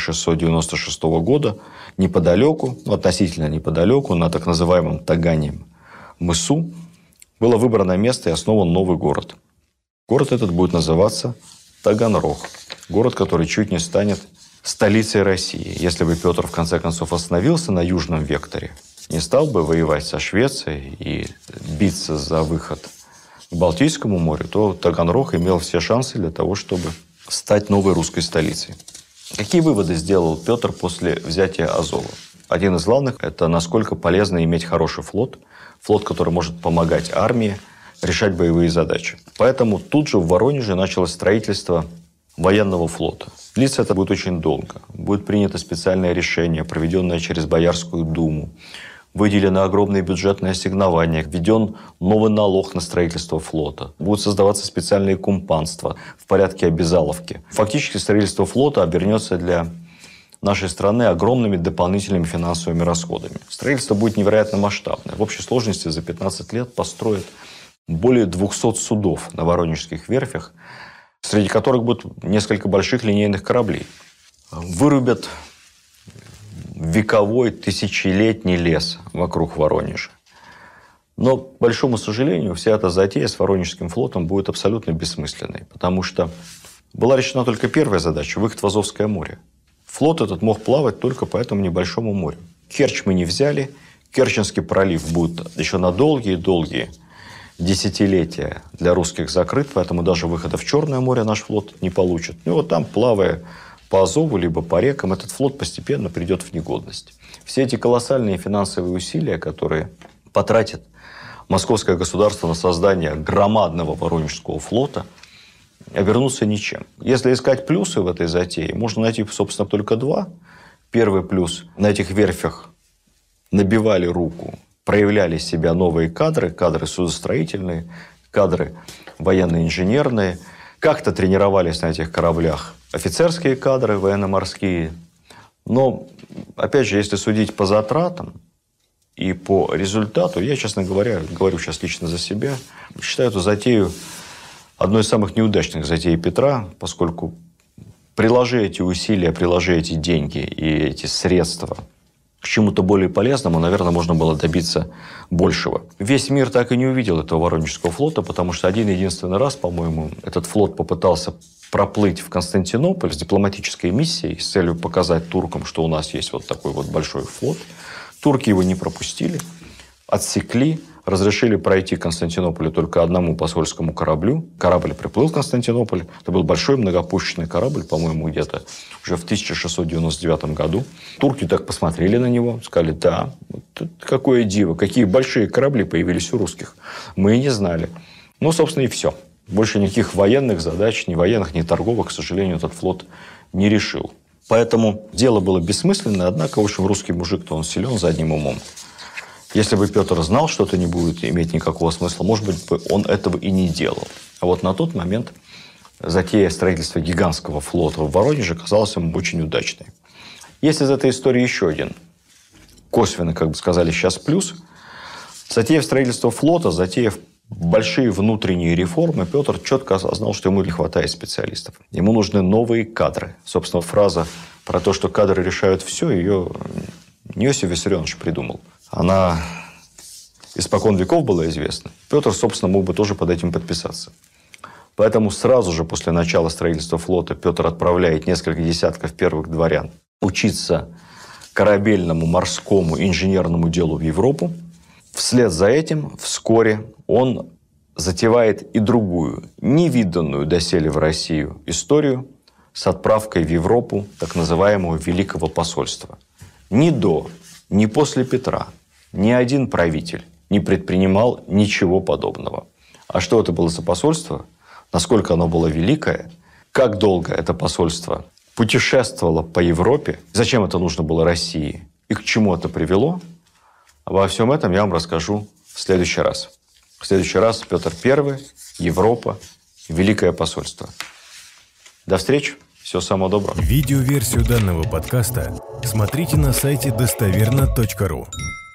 Speaker 2: 1696 года неподалеку, относительно неподалеку, на так называемом Таганьем мысу, было выбрано место и основан новый город. Город этот будет называться Таганрог. Город, который чуть не станет столицей России. Если бы Петр в конце концов остановился на южном векторе, не стал бы воевать со Швецией и биться за выход к Балтийскому морю, то Таганрог имел все шансы для того, чтобы стать новой русской столицей. Какие выводы сделал Петр после взятия Азова? Один из главных – это насколько полезно иметь хороший флот. Флот, который может помогать армии решать боевые задачи. Поэтому тут же в Воронеже началось строительство военного флота. Длиться это будет очень долго. Будет принято специальное решение, проведенное через Боярскую думу. выделены огромные бюджетные ассигнования, введен новый налог на строительство флота, будут создаваться специальные кумпанства в порядке обязаловки. Фактически строительство флота обернется для нашей страны огромными дополнительными финансовыми расходами. Строительство будет невероятно масштабное. В общей сложности за 15 лет построят более 200 судов на воронежских верфях, среди которых будет несколько больших линейных кораблей. Вырубят вековой, тысячелетний лес вокруг Воронежа. Но, к большому сожалению, вся эта затея с Воронежским флотом будет абсолютно бессмысленной, потому что была решена только первая задача – выход в Азовское море. Флот этот мог плавать только по этому небольшому морю. Керчь мы не взяли, Керченский пролив будет еще на долгие-долгие десятилетия для русских закрыт, поэтому даже выхода в Черное море наш флот не получит. И вот там, плавая по Азову, либо по рекам, этот флот постепенно придет в негодность. Все эти колоссальные финансовые усилия, которые потратит московское государство на создание громадного Воронежского флота, обернутся ничем. Если искать плюсы в этой затее, можно найти, собственно, только два. Первый плюс – на этих верфях набивали руку, проявляли себя новые кадры, кадры судостроительные, кадры военно-инженерные. Как-то тренировались на этих кораблях офицерские кадры, военно-морские. Но, опять же, если судить по затратам и по результату, я, честно говоря, говорю сейчас лично за себя, считаю эту затею одной из самых неудачных затей Петра, поскольку приложи эти усилия, приложи эти деньги и эти средства к чему-то более полезному, наверное, можно было добиться большего. Весь мир так и не увидел этого Воронежского флота, потому что один-единственный раз, по-моему, этот флот попытался проплыть в Константинополь с дипломатической миссией с целью показать туркам, что у нас есть вот такой вот большой флот. Турки его не пропустили, отсекли, разрешили пройти к Константинополю только одному посольскому кораблю. Корабль приплыл в Константинополь. Это был большой многопушечный корабль, по-моему, где-то уже в 1699 году. Турки так посмотрели на него, сказали: да, какое диво, какие большие корабли появились у русских. Мы и не знали. Ну, собственно, и все. Больше никаких военных задач, ни военных, ни торговых, к сожалению, этот флот не решил. Поэтому дело было бессмысленное, однако, в общем, русский мужик-то он силен задним умом. Если бы Петр знал, что это не будет иметь никакого смысла, может быть, он этого и не делал. А вот на тот момент затея строительства гигантского флота в Воронеже казалась ему очень удачной. Есть из этой истории еще один косвенный, как бы сказали сейчас, плюс. Затея строительства флота, затея большие внутренние реформы, Петр четко осознал, что ему не хватает специалистов. Ему нужны новые кадры. Собственно, фраза про то, что кадры решают все, ее не Иосиф Виссарионович придумал. Она испокон веков была известна. Петр, собственно, мог бы тоже под этим подписаться. Поэтому сразу же после начала строительства флота Петр отправляет несколько десятков первых дворян учиться корабельному, морскому, инженерному делу в Европу. Вслед за этим вскоре он затевает и другую, невиданную доселе в Россию историю с отправкой в Европу так называемого Великого посольства. Ни до, ни после Петра ни один правитель не предпринимал ничего подобного. А что это было за посольство? Насколько оно было великое? Как долго это посольство путешествовало по Европе? Зачем это нужно было России? И к чему это привело? Обо всем этом я вам расскажу в следующий раз. В следующий раз Петр I, Европа, Великое посольство. До встречи. Всего самого доброго.
Speaker 3: Видеоверсию данного подкаста смотрите на сайте достоверно.ру.